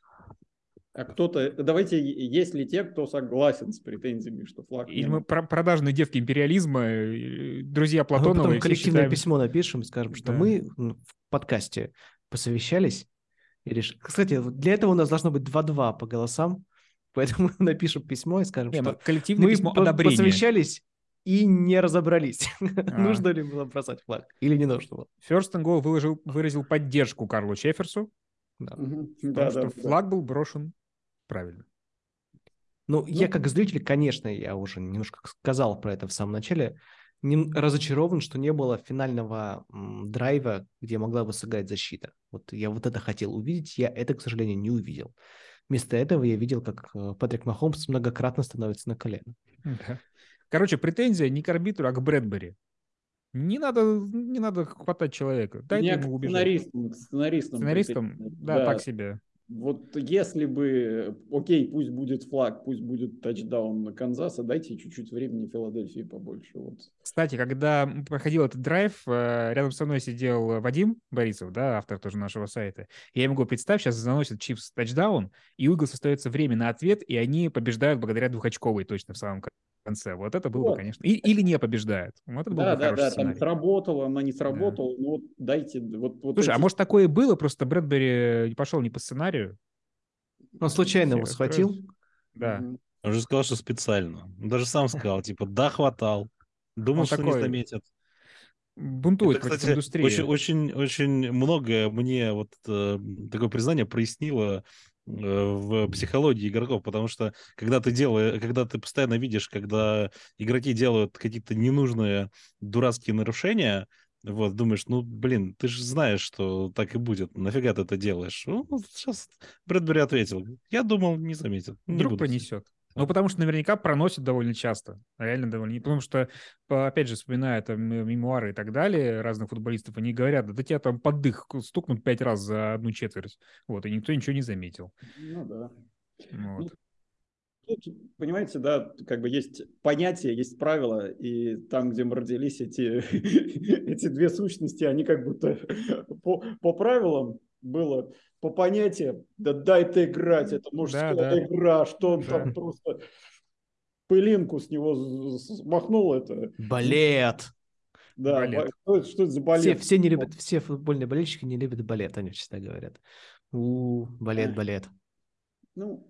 А кто-то, давайте, есть ли те, кто согласен с претензиями, что флаг Или не мы надо? про- продажные девки империализма, э, друзья А мы Платонова, потом и все коллективное считаем... письмо напишем и скажем, что Да. мы м, в подкасте посовещались и решили. Кстати, вот для этого у нас должно быть два-два по голосам, поэтому мы напишем письмо и скажем, Не, ну, что коллективное мы письмо по- одобрения. посовещались и не разобрались, А. нужно ли было бросать флаг или не нужно было. First and Goal выложил, выразил поддержку Карлу Чеферсу Да. Мгм. в том, Да, что да, да. флаг был брошен правильно. Ну, я Ну, как зритель, конечно, я уже немножко сказал про это в самом начале, не разочарован, что не было финального м, драйва, где могла бы сыграть защита. Вот я вот это хотел увидеть, я это, к сожалению, не увидел. Вместо этого я видел, как э, Патрик Махомс многократно становится на колено. Да. Короче, претензия не к арбитру, а к Брэдбери. Не надо, не надо хватать человека. Дайте меня ему к убежать. сценаристам, к сценаристам, Сценаристам, претензии. да, так себе. Вот если бы, окей, пусть будет флаг, пусть будет тачдаун на Канзаса, дайте чуть-чуть времени Филадельфии побольше. Вот. Кстати, когда проходил этот драйв, э, рядом со мной сидел Вадим Борисов, да, автор тоже нашего сайта. Я ему говорю, представь, сейчас заносят Чифс тачдаун, и у Иглс остается время на ответ, и они побеждают благодаря двухочковой точно в самом конце. Вот это было бы, Вот. конечно. И- или не побеждают. Вот это был Да, бы да, хороший да, там сценарий. сработало, она не Да. сработала, но вот дайте вот, вот Слушай, а эти- может такое и было, просто Брэдбери пошел не по сценарию? Он случайно Все его схватил. расстроились. Да. Мгм. Он же сказал, что специально. Он даже сам сказал, типа, да, хватал. Думал, Он что не такой заметят. бунтует Это, против кстати, индустрии. очень, очень, очень многое мне вот э, такое признание прояснило э, в психологии игроков, потому что когда ты делаешь, когда ты постоянно видишь, когда игроки делают какие-то ненужные дурацкие нарушения, вот, думаешь, ну, блин, ты же знаешь, что так и будет, нафига ты это делаешь? Ну, вот сейчас Брэдбери ответил, я думал, не заметят, не Вдруг буду. пронесет. Ну, потому что наверняка проносят довольно часто. Реально довольно. Потому что, по- опять же, вспоминая там м- мемуары и так далее разных футболистов, они говорят, да тебя там под дых стукнут пять раз за одну четверть. Вот, и никто ничего не заметил. Ну да. Ну, Вот. тут, понимаете, да, как бы есть понятия, есть правила, и там, где мы родились, эти, эти две сущности, они как будто по, по правилам было, по понятиям, да дай-то играть, это Да, мужская да, игра, что он да. там просто пылинку с него смахнул, это, Балет. да, Балет. что это, что это за Все, балет? все не любят, все футбольные болельщики не любят балет, они всегда говорят. У, балет, балет. Ну,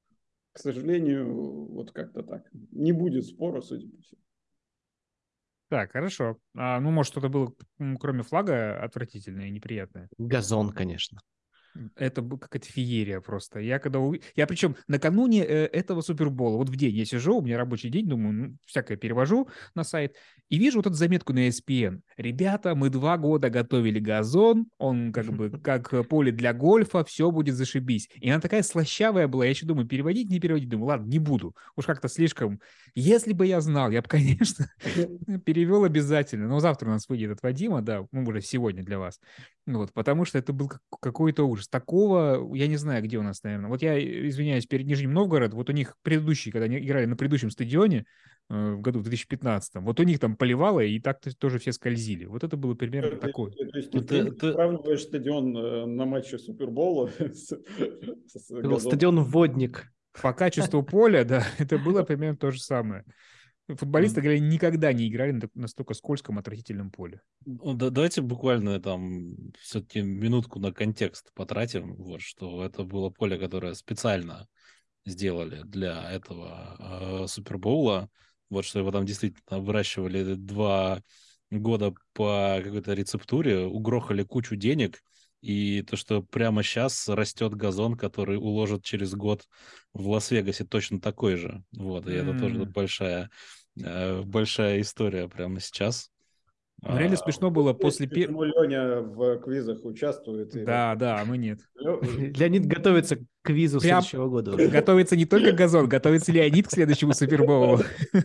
к сожалению, вот как-то так. Не будет спора, судя по всему. Так, хорошо. А, ну, может, что-то было, м, кроме флага, отвратительное и неприятное. Газон, конечно. Это был какая-то феерия просто. Я когда уви- Я причем накануне э, этого Супербола, вот в день я сижу, у меня рабочий день, думаю, ну, всякое перевожу на сайт, и вижу вот эту заметку на и эс пи эн. Ребята, мы два года готовили газон, он как бы как э, поле для гольфа, все будет зашибись. И она такая слащавая была, я еще думаю, переводить, не переводить, думаю, ладно, не буду. Уж как-то слишком... Если бы я знал, я бы, конечно, перевел обязательно. Но завтра у нас выйдет от Вадима, да, ну, уже сегодня для вас. Вот, потому что это был как- какой-то ужас. Такого, я не знаю, где у нас, наверное. Вот я э, извиняюсь, перед Нижним Новгород, вот у них предыдущий, когда они играли на предыдущем стадионе э, в году в две тысячи пятнадцатом, вот у них там поливало, и так-то тоже все скользили. Вот это было примерно То такое. есть, то есть ты, в Это, принципе, это- сравниваешь стадион э, на матче Супербола с, с Это был газоном. стадион «Водник». По качеству поля, да, это было примерно то же самое. Футболисты, говорили, никогда не играли на так- настолько скользком, отвратительном поле. ну, да- давайте буквально там все-таки минутку на контекст потратим, вот, что это было поле, которое специально сделали для этого э, Супербоула, вот, что его там действительно выращивали два года по какой-то рецептуре, угрохали кучу денег, и то, что прямо сейчас растет газон, который уложат через год в Лас-Вегасе, точно такой же. Вот, и это тоже М. большая, э, большая история прямо сейчас. Ну, реально А, смешно было после... пе- Почему Леня в квизах участвует? И Да, да, а мы нет. Лё- Леонид готовится к квизу Прям следующего года уже. готовится не только газон, готовится Леонид к следующему Супербоулу.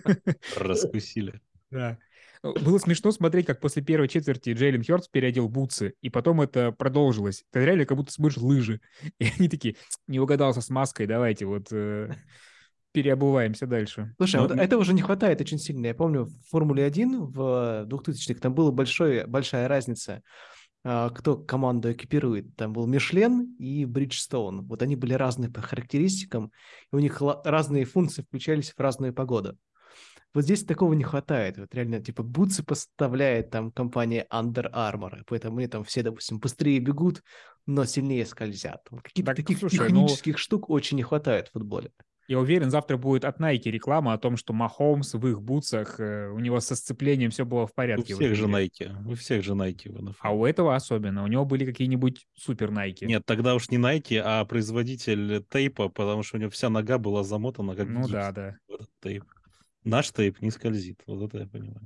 раскусили. Да. Ну, было смешно смотреть, как после первой четверти Джейлен Хёртс переодел бутсы, и потом это продолжилось. Ты реально как будто смотришь лыжи. И они такие, не угадался с маской, давайте вот э, переобуваемся дальше. Слушай, а Но вот этого уже не хватает очень сильно. Я помню, в Формуле один в двухтысячных там была большой, большая разница, а, кто команду экипирует. Там был Мишлен и Бриджстоун. Вот они были разные по характеристикам, и у них ла- разные функции включались в разную погоду. Вот здесь такого не хватает. Вот реально, типа, бутсы поставляет там компания Under Armour, и поэтому они там все, допустим, быстрее бегут, но сильнее скользят. Вот каких-то Так, таких слушай, ну, технических штук очень не хватает в футболе. я уверен, завтра будет от Nike реклама о том, что Махомс в их бутсах, э, у него со сцеплением все было в у порядке в всех же эфире. Nike, у всех же Nike в А эн эф эл. у этого особенно. У него были какие-нибудь супер Nike. Нет, тогда уж не Nike, а производитель тейпа, потому что у него вся нога была замотана как в Ну да, гипс да. в этот тейп. Наш тейп не скользит, вот это я понимаю.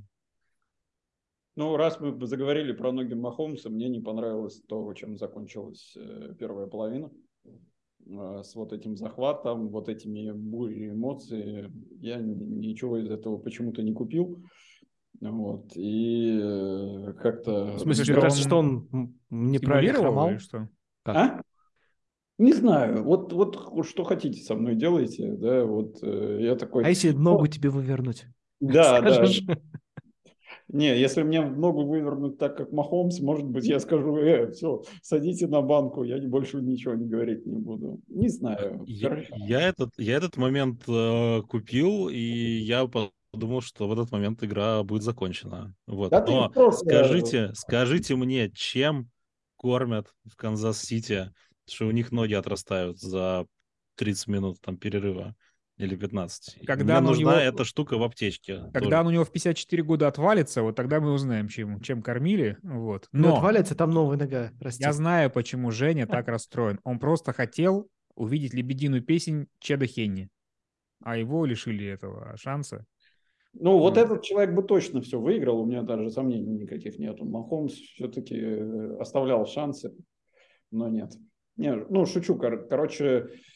Ну, раз мы заговорили про ноги Махомса, мне не понравилось то, чем закончилась э, первая половина. Э, с вот этим захватом, вот этими бурей эмоций. Я н- ничего из этого почему-то не купил. Вот. И э, как-то... В смысле, Тебе что кажется, он что он м, неправильно симулировал или хромал? что? Как? А? Не знаю. Вот, вот что хотите со мной делайте. Да, вот э, я А такой... если ногу «О, тебе вывернуть? да, да. Скажешь? Не, если мне в ногу вывернуть так, как Махомс, может быть, я скажу, э, все, садите на банку, я не- больше ничего не говорить не буду. Не знаю. Я, Короче, я этот, я этот момент э, купил, и я подумал, что в этот момент игра будет закончена. Вот. да ты Но просто... скажите, скажите мне, чем кормят в Канзас-Сити, что у них ноги отрастают за тридцать минут там перерыва или пятнадцать. Когда Мне она у нужна него... эта штука в аптечке Когда тоже. он у него в пятьдесят четыре года отвалится, вот тогда мы узнаем, чем, чем кормили. Вот. Ну, Но отвалится, там новая нога я растет. знаю, почему Женя так расстроен. Он просто хотел увидеть лебединую песнь Чеда Хенни, а его лишили этого шанса. Ну, вот Ну, этот человек бы точно все выиграл, у меня даже сомнений никаких нету. Махомс все-таки оставлял шансы, но нет. Не, ну, шучу, кор- короче,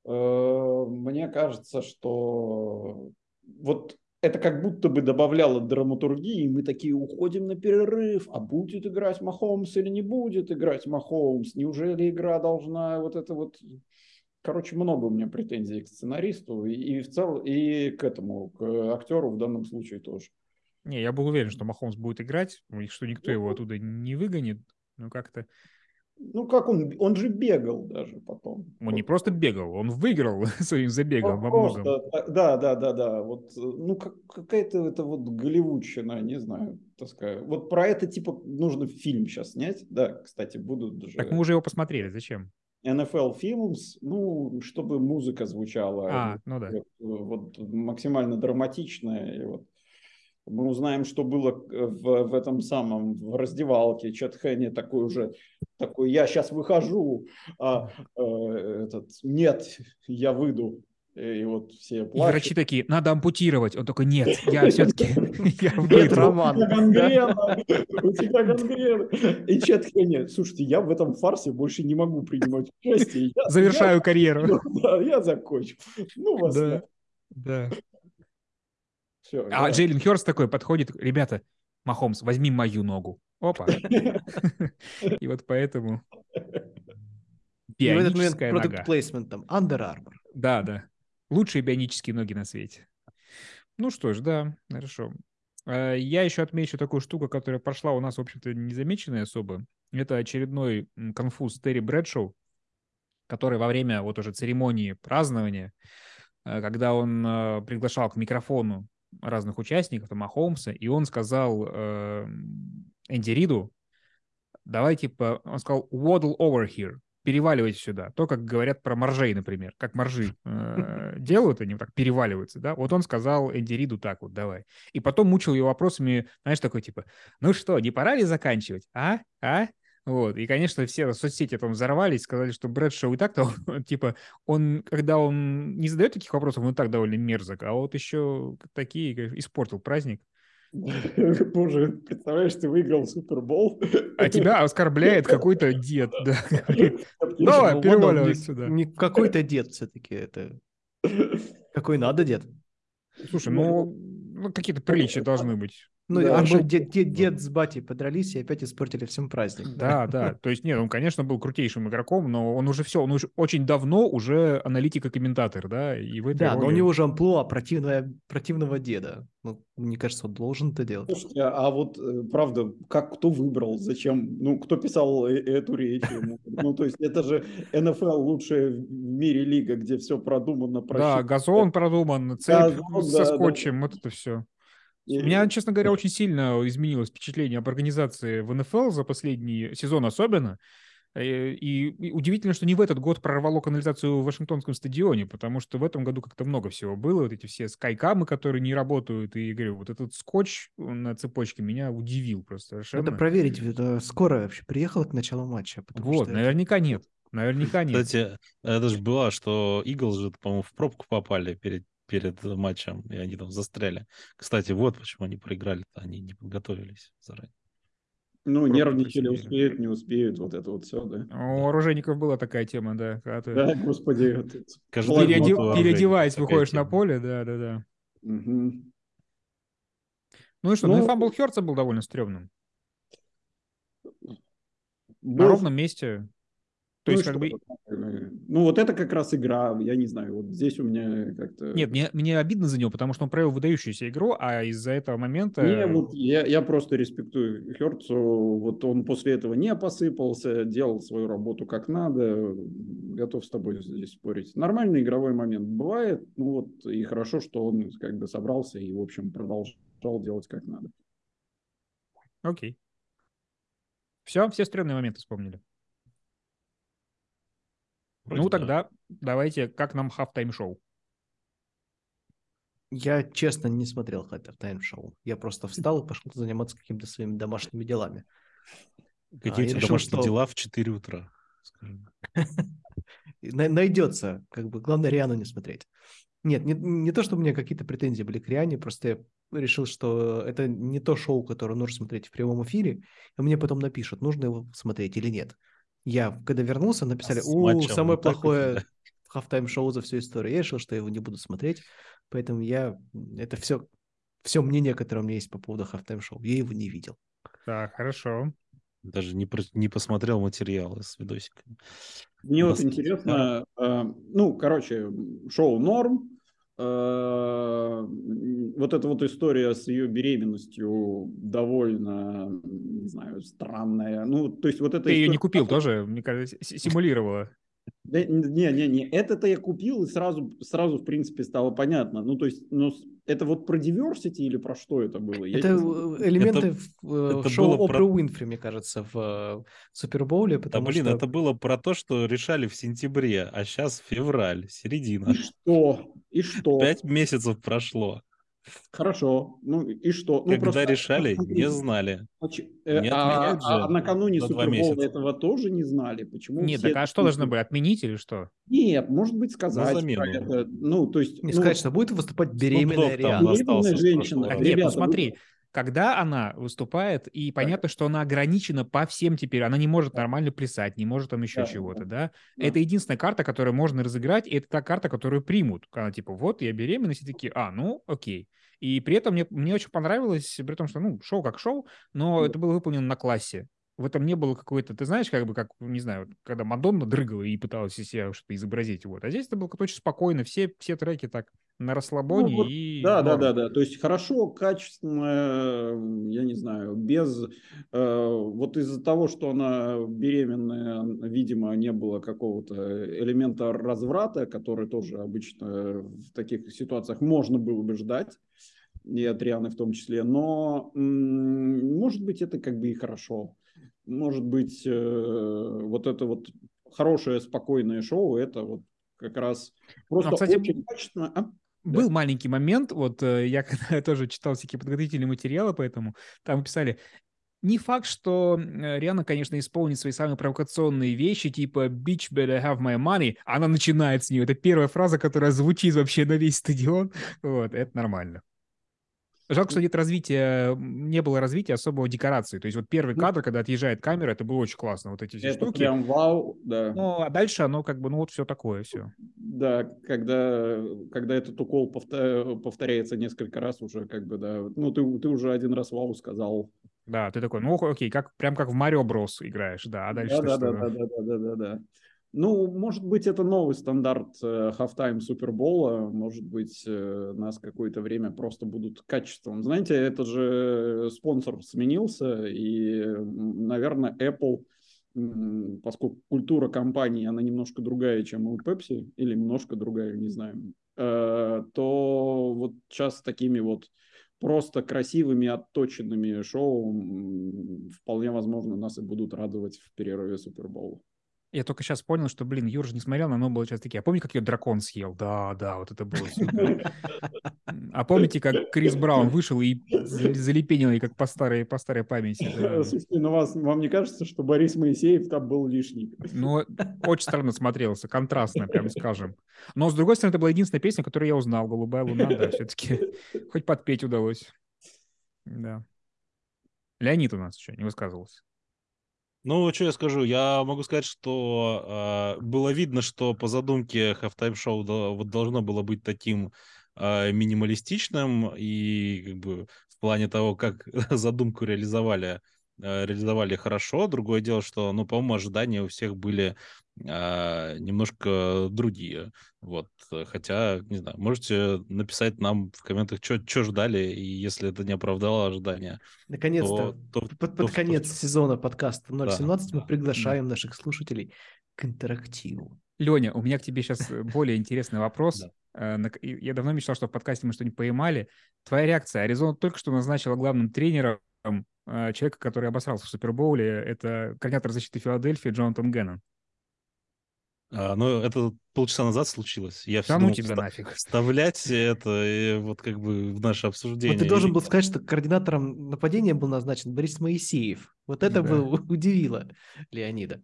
э, мне кажется, что вот это как будто бы добавляло драматургии, и мы такие уходим на перерыв, а будет играть Махомс или не будет играть Махомс, неужели игра должна вот это вот... Короче, много у меня претензий к сценаристу и, и в целом, и к этому, к актеру в данном случае тоже. Не, я был уверен, что Махомс будет играть, и что никто его оттуда не выгонит. Ну, как-то... Ну, как он, он же бегал даже потом. Он не просто бегал, он выиграл своим забегом во Просто, многом. да, да, да, да. Вот, ну, как, какая-то это вот голливудщина, не знаю, так сказать. Вот про это, типа, нужно фильм сейчас снять. Да, кстати, будут даже... Так мы уже его посмотрели, зачем? эн эф эл Films, ну, чтобы музыка звучала. А, ну да. Вот, вот максимально драматичная. И вот мы узнаем, что было в, в этом самом, в раздевалке. Чет Хенни такой уже, такой, я сейчас выхожу, а э, этот, нет, я выйду. И вот все И плачут. врачи такие, надо ампутировать. Он такой, нет, я все-таки, я Нет, выйду. Роман. У тебя гангрена, у тебя гангрена. И Чет Хенни, слушайте, я в этом фарсе больше не могу принимать участие. Я, Завершаю я, карьеру. Да, я закончу. Ну, вас Да, нет. да. Все, А я... Джейлен Хёрст такой подходит, ребята, Махомс, возьми мою ногу. Опа. И вот поэтому И в этот момент бионическая продукт нога. плейсмент там Under Armour. Да, да. Лучшие бионические ноги на свете. Ну что ж, да, хорошо. Э, Я еще отмечу такую штуку, которая прошла у нас, в общем-то, незамеченная особо. Это очередной м, конфуз Терри Брэдшоу, который во время вот уже церемонии празднования, э, когда он э, приглашал к микрофону разных участников, там, Махомса, и он сказал э, Энди Риду, давай, типа, он сказал, waddle over here, переваливайте сюда. То, как говорят про моржей, например, как моржи э, делают, они вот так переваливаются, да. Вот он сказал Энди Риду так вот, давай. И потом мучил его вопросами, знаешь, такой типа, ну что, не пора ли заканчивать, а? А? Вот. И, конечно, все соцсети там взорвались, сказали, что Брэдшоу и так-то, типа, он, когда он не задает таких вопросов, он и так довольно мерзок, а вот еще такие, конечно, испортил праздник. Боже, представляешь, ты выиграл Супербол. А тебя оскорбляет какой-то дед, да. Давай, Давай, переваливай сюда. Не какой-то дед все-таки это. Какой надо дед. Слушай, ну, ну, какие-то приличия должны быть. Ну, Да, а он что, был- дед, дед, дед с батей подрались и опять испортили всем праздник. Да, да. То есть, нет, он, конечно, был крутейшим игроком, но он уже все, он уже очень давно уже аналитик и комментатор, да, и в этой Да, но у роли- него же амплуа противного, противного деда. Ну, мне кажется, он должен это делать. Слушайте, а вот э, правда, как кто выбрал, зачем, ну, кто писал э- эту речь ему? Ну, то есть это же эн эф эл лучшая в мире лига, где все продумано, Да, просчитано. газон продуман, цепь Газон, со да, да. скотчем, вот это все. И- У меня, честно говоря, очень сильно изменилось впечатление об организации в эн эф эл за последний сезон особенно. Э, И, и удивительно, что не в этот год прорвало канализацию в Вашингтонском стадионе, потому что в этом году как-то много всего было. Вот эти все скайкамы, которые не работают. И, говорю, вот этот скотч на цепочке меня удивил просто совершенно. Надо проверить, это скоро вообще приехала к началу матча. потому Вот, что это- наверняка нет. Наверняка нет. Кстати, это же было, что Иглс же, по-моему, в пробку попали перед, перед матчем, и они там застряли. Кстати, вот почему они проиграли-то, они не подготовились заранее. Ну, Пробки нервничали, посидели. успеют, не успеют, вот это вот все, да. У оружейников была такая тема, да. Когда ты Да, господи. вот это. Каждый Ладно, год переоде- у ладно. оружейников переодеваясь, такая выходишь на тема. поле, да, да, да. Мгм. Ну и что, ну, и Ну, фамбл Хёртса был довольно стрёмным. На был ровном месте. То Ну, и есть, как что бы, такое? Ну, вот это как раз игра, я не знаю, вот здесь у меня как-то... нет, мне, мне обидно за него, потому что он провел выдающуюся игру, а из-за этого момента... Не, вот я, я просто респектую Хёртсу, вот он после этого не посыпался, делал свою работу как надо, готов с тобой здесь спорить. Нормальный игровой момент бывает, ну вот и хорошо, что он как бы собрался и, в общем, продолжал делать как надо. Окей. Все, все стрёмные моменты вспомнили. Вроде Ну, да. тогда давайте, как нам хафтайм-шоу? Я, честно, не смотрел Halftime шоу. Я просто встал и пошел заниматься какими-то своими домашними делами. Какие А, у и тебя решил, домашние что- дела в четыре утра? Скажи. На- найдется, как бы, главное Риану не смотреть. Нет, не, не то, что у меня какие-то претензии были к Риане, просто я решил, что это не то шоу, которое нужно смотреть в прямом эфире, и мне потом напишут, нужно его смотреть или нет. Я, когда вернулся, написали, А с у, матчем самое вот так у плохое тебя? в хафтайм-шоу за всю историю. Я решил, что я его не буду смотреть, поэтому я... Это все, все мнение, которое у меня есть по поводу хафтайм-шоу. Я его не видел. Так, хорошо. Даже не, про- не посмотрел материалы с видосиками. Мне вот Баскетбол. интересно, э, ну, короче, шоу норм. Э, вот эта вот история с ее беременностью довольно, не знаю, странная. Ну, то есть вот эта Ты ее не история... купил тоже, мне кажется, с- симулировала. Да, не, не, не, это-то я купил, и сразу, сразу, в принципе, стало понятно. Ну, то есть, ну, с- это вот про diversity или про что это было? Я, Это честно, э, элементы в, э, это шоу было Опры про- Уинфри, мне кажется, в э, Супербоуле, Да, потому блин, что... это было про то, что решали в сентябре, а сейчас февраль, и середина. что? И что? Пять месяцев прошло. Хорошо. Ну, и что? Ну, Когда просто, решали, не смотрите, знали. Значит, э, Не а, отменять а же накануне за два Супербола месяца. этого тоже не знали. Почему Нет, все... так а что должны были, отменить или что? Нет, может быть, На сказать про замену. это. Ну, то есть, Не ну, сказать, вот что будет выступать Snoop беременная Dogg там Риhanна. беременная остался с женщина. прошлого Так раза. нет, ну Ребята, вы- смотри, когда она выступает, и понятно, что она ограничена по всем теперь, она не может нормально плясать, не может там еще Да, чего-то, да, да? да. Это единственная карта, которую можно разыграть, и это та карта, которую примут. Когда типа, вот, я беременна, все такие, а, ну, окей. И при этом мне, мне очень понравилось, при том, что, ну, шоу как шоу, но Да. это было выполнено на классе. В этом не было какой-то, ты знаешь, как бы, как, не знаю, вот когда Мадонна дрыгала и пыталась из себя что-то изобразить, вот. А здесь это было как-то очень спокойно, все, все треки так на Ну, расслабоне вот, и да, да, норм. да, да. То есть хорошо, качественно, я не знаю, без э, вот из-за того, что она беременная, видимо, не было какого-то элемента разврата, который тоже обычно в таких ситуациях можно было бы ждать, и от Рианы в том числе. Но м, может быть это как бы и хорошо. Может быть э, вот это вот хорошее спокойное шоу, это вот как раз Ну, а, просто кстати, очень качественно. А? Да. был маленький момент, вот э, я когда тоже читал всякие подготовительные материалы, поэтому там писали, не факт, что э, Риhanna, конечно, исполнит свои самые провокационные вещи, типа «Bitch better have my money», она начинает с нее. Это первая фраза, которая звучит вообще на весь стадион. Вот, это нормально. Жалко, что нет развития, не было развития особого декорации. То есть вот первый Ну, кадр, когда отъезжает камера, это было очень классно, вот эти все это штуки. прям вау, да. Ну, а дальше оно как бы, ну вот все такое, все. Да, когда, когда этот укол повта- повторяется несколько раз уже, как бы, да. Ну, ты, ты уже один раз вау сказал. Да, ты такой, ну окей, как, прям как в Марио Брос играешь, да, а Да, дальше да, да, что? да, да, да, да, да, да. Ну, может быть, это новый стандарт э, хафтайм Супербола. Может быть, э, нас какое-то время просто будут качеством. Знаете, это же спонсор сменился, и, м, наверное, Apple, м, поскольку культура компании, она немножко другая, чем у Pepsi, или немножко другая, не знаю, э, то вот сейчас такими вот просто красивыми, отточенными шоу м, вполне возможно нас и будут радовать в перерыве Супербола. Я только сейчас понял, что, блин, Юр же не смотрел, но было сейчас такие. А помните, как ее дракон съел? Да, да, вот это было супер. А помните, как Крис Браун вышел и зал- залепенил ей, как по старой, по старой памяти? Да. Слушайте, ну вас, вам не кажется, что Борис Моисеев там был лишний? Ну, очень странно смотрелся, контрастно, прям скажем. Но, с другой стороны, это была единственная песня, которую я узнал. «Голубая луна», да, все-таки хоть подпеть удалось. Да. Леонид у нас еще не высказывался. Ну, что я скажу? Я могу сказать, что э, было видно, что по задумке Halftime Show до- вот должно было быть таким э, минималистичным, и как бы в плане того, как задумку реализовали, э, реализовали хорошо. Другое дело, что, ну, по-моему, ожидания у всех были э, немножко другие. Вот. Хотя, не знаю, можете написать нам в комментах, что ждали, и если это не оправдало ожидания, Наконец-то, то, то, под, то, под то, конец сезона подкаста ноль да, семнадцать мы да. приглашаем наших слушателей к интерактиву. Леня, у меня к тебе сейчас более интересный вопрос. Да. Э, на- и Я давно мечтал, что в подкасте мы что-нибудь поймали. Твоя реакция. Аризона только что назначила главным тренером э, человека, который обосрался в Супербоуле. Это координатор защиты Филадельфии Джонатан Геннон. А, ну, это полчаса назад случилось. Я все Да ну думал тебя вста- нафиг. вставлять это э, вот как бы в наше Вот обсуждение. ты должен Или- был сказать, что координатором нападения был назначен Борис Моисеев. Вот это Да. бы удивило Леонида.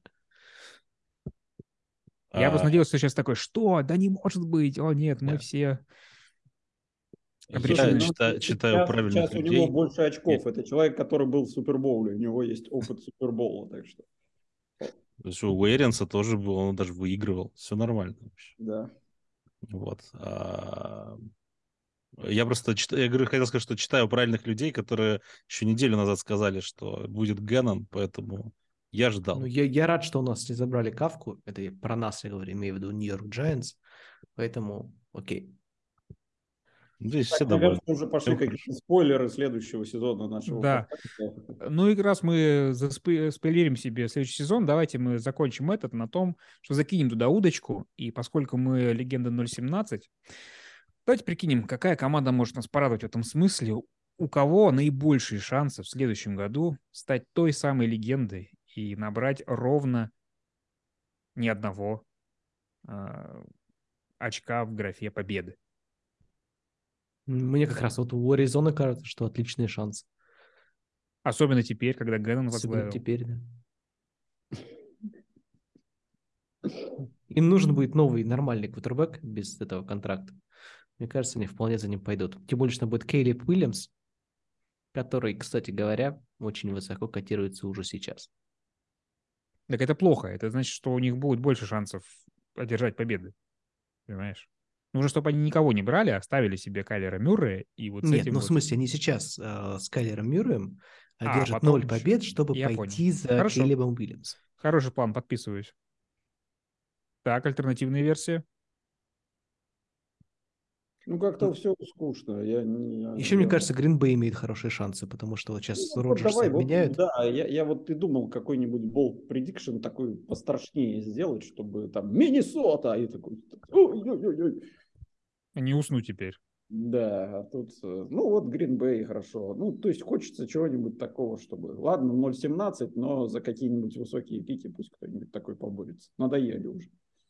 Я бы А, надеялся, что сейчас такой, что? Да не может быть. О нет, мы нет. все Я обречены. Ну, читаю, читаю сейчас, правильных сейчас у него людей. больше очков. Нет. Это человек, который был в Супербоуле. У него есть опыт Супербола, так что. То есть у Уэйренса тоже был, он даже выигрывал. Все нормально вообще. Да. Вот. А... Я просто чит... я говорю, хотел сказать, что читаю правильных людей, которые еще неделю назад сказали, что будет Геннон, поэтому я ждал. Ну, я, я рад, что у нас не забрали Кавку. Это я про нас, я говорю, имею в виду Нью-Йорк Giants. Поэтому окей. Здесь все Так, мне довольны. кажется, уже пошли Всем какие-то спойлеры следующего сезона нашего Да. подкаста. Ну и раз мы заспо- спойлерим себе следующий сезон, давайте мы закончим этот на том, что закинем туда удочку, и поскольку мы легенда ноль семнадцать, давайте прикинем, какая команда может нас порадовать в этом смысле, у кого наибольшие шансы в следующем году стать той самой легендой и набрать ровно ни одного э, очка в графе победы. Мне как раз вот у Аризоны кажется, что отличные шансы. Особенно теперь, когда Геннон Особенно возглавил. теперь, да. Им нужен будет новый нормальный квотербек без этого контракта. Мне кажется, они вполне за ним пойдут. Тем более, что будет Кейлип Уильямс, который, кстати говоря, очень высоко котируется уже сейчас. Так это плохо. Это значит, что у них будет больше шансов одержать победы. Понимаешь? Нужно, чтобы они никого не брали, оставили себе Кайлера Мюррея и вот с Нет, этим ну вот... в смысле, они сейчас э, с Кайлером Мюрреем А, одержат потом ноль еще. побед, чтобы Я пойти понял. за Хорошо. Кейлибом Уильямсом. Хороший план, подписываюсь. Так, альтернативная версия. Ну, как-то все скучно. Я не, я- Еще, мне я- кажется, Грин-Бэй имеет хорошие шансы, потому что вот сейчас Ну, вот Роджерса давай, вот, обменяют. да, я, я вот и думал какой-нибудь болт предикшн такой пострашнее сделать, чтобы там Миннесота и такой, ой-ой-ой-ой. Не усну теперь. Да, а тут, э, ну вот Green Bay хорошо. Ну, то есть хочется чего-нибудь такого, чтобы, ладно, ноль семнадцать, но за какие-нибудь высокие пики пусть кто-нибудь такой поборется. Надоели уже.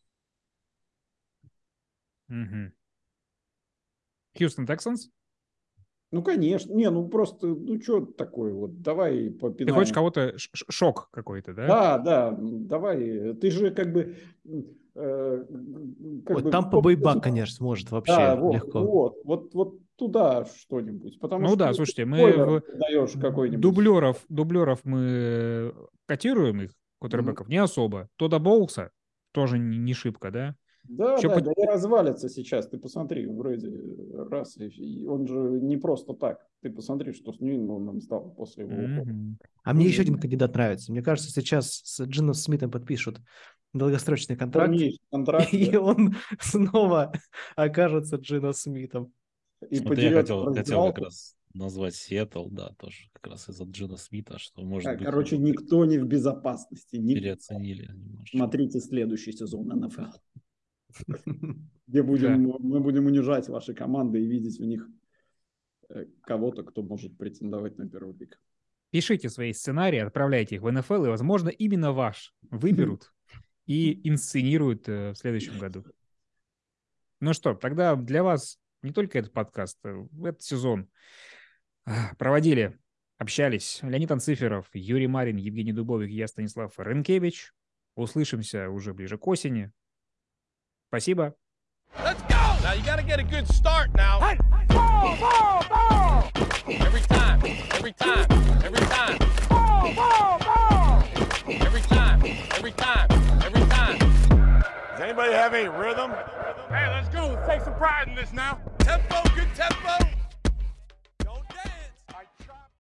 Угу. Хьюстон Тексанс? Ну, конечно. Не, ну просто, ну что такое вот, давай Ты попинаем. хочешь кого-то... ш- ш- Шок какой-то, да? Да, да, давай. Ты же как бы... э, как Вот бы там по Бейбак, конечно, сможет вообще Да, вот, легко. вот, вот, вот туда что-нибудь. Потому Ну что да, если слушайте, мы спойлер в даешь какой-нибудь. дублеров, дублеров мы котируем их, квотербеков, не особо. Тода Боулса тоже не, не шибко, да? Да, Еще да, по- да, и развалится сейчас. Ты посмотри, вроде раз, и- и он же не просто так. Ты посмотри, что с Нью-Ингландом стало после его ухода. Мгм. А мне Мгм. еще один кандидат нравится. Мне кажется, сейчас с Джином Смитом подпишут долгосрочный контракт, Полнейший контракт, и да, он снова окажется Джином Смитом. и Вот я подерет хотел, хотел как раздевалку. раз назвать Сиэтл, да, тоже как раз из-за Джина Смита, что, может А, быть, Короче, его никто не в безопасности. Ни- переоценили немножечко. Смотрите следующий сезон эн эф эл, где будем, мы будем унижать ваши команды и видеть в них э, кого-то, кто может претендовать на первый пик. Пишите свои сценарии, отправляйте их в эн эф эл, и, возможно, именно ваш выберут и инсценируют э, в следующем году. Ну что, тогда для вас не только этот подкаст, э, этот сезон а, проводили, общались Леонид Анциферов, Юрий Марин, Евгений Дубовик, я Станислав Рынкевич. Услышимся уже ближе к осени. Спасибо. Let's go! Now you gotta get a good start now. Hey, ball, ball, ball! Every time, every time, every time. Ball, ball, ball! Every time, every time, every time. Does anybody have any rhythm? Hey, let's go. Let's take some pride in this now. Tempo, good tempo.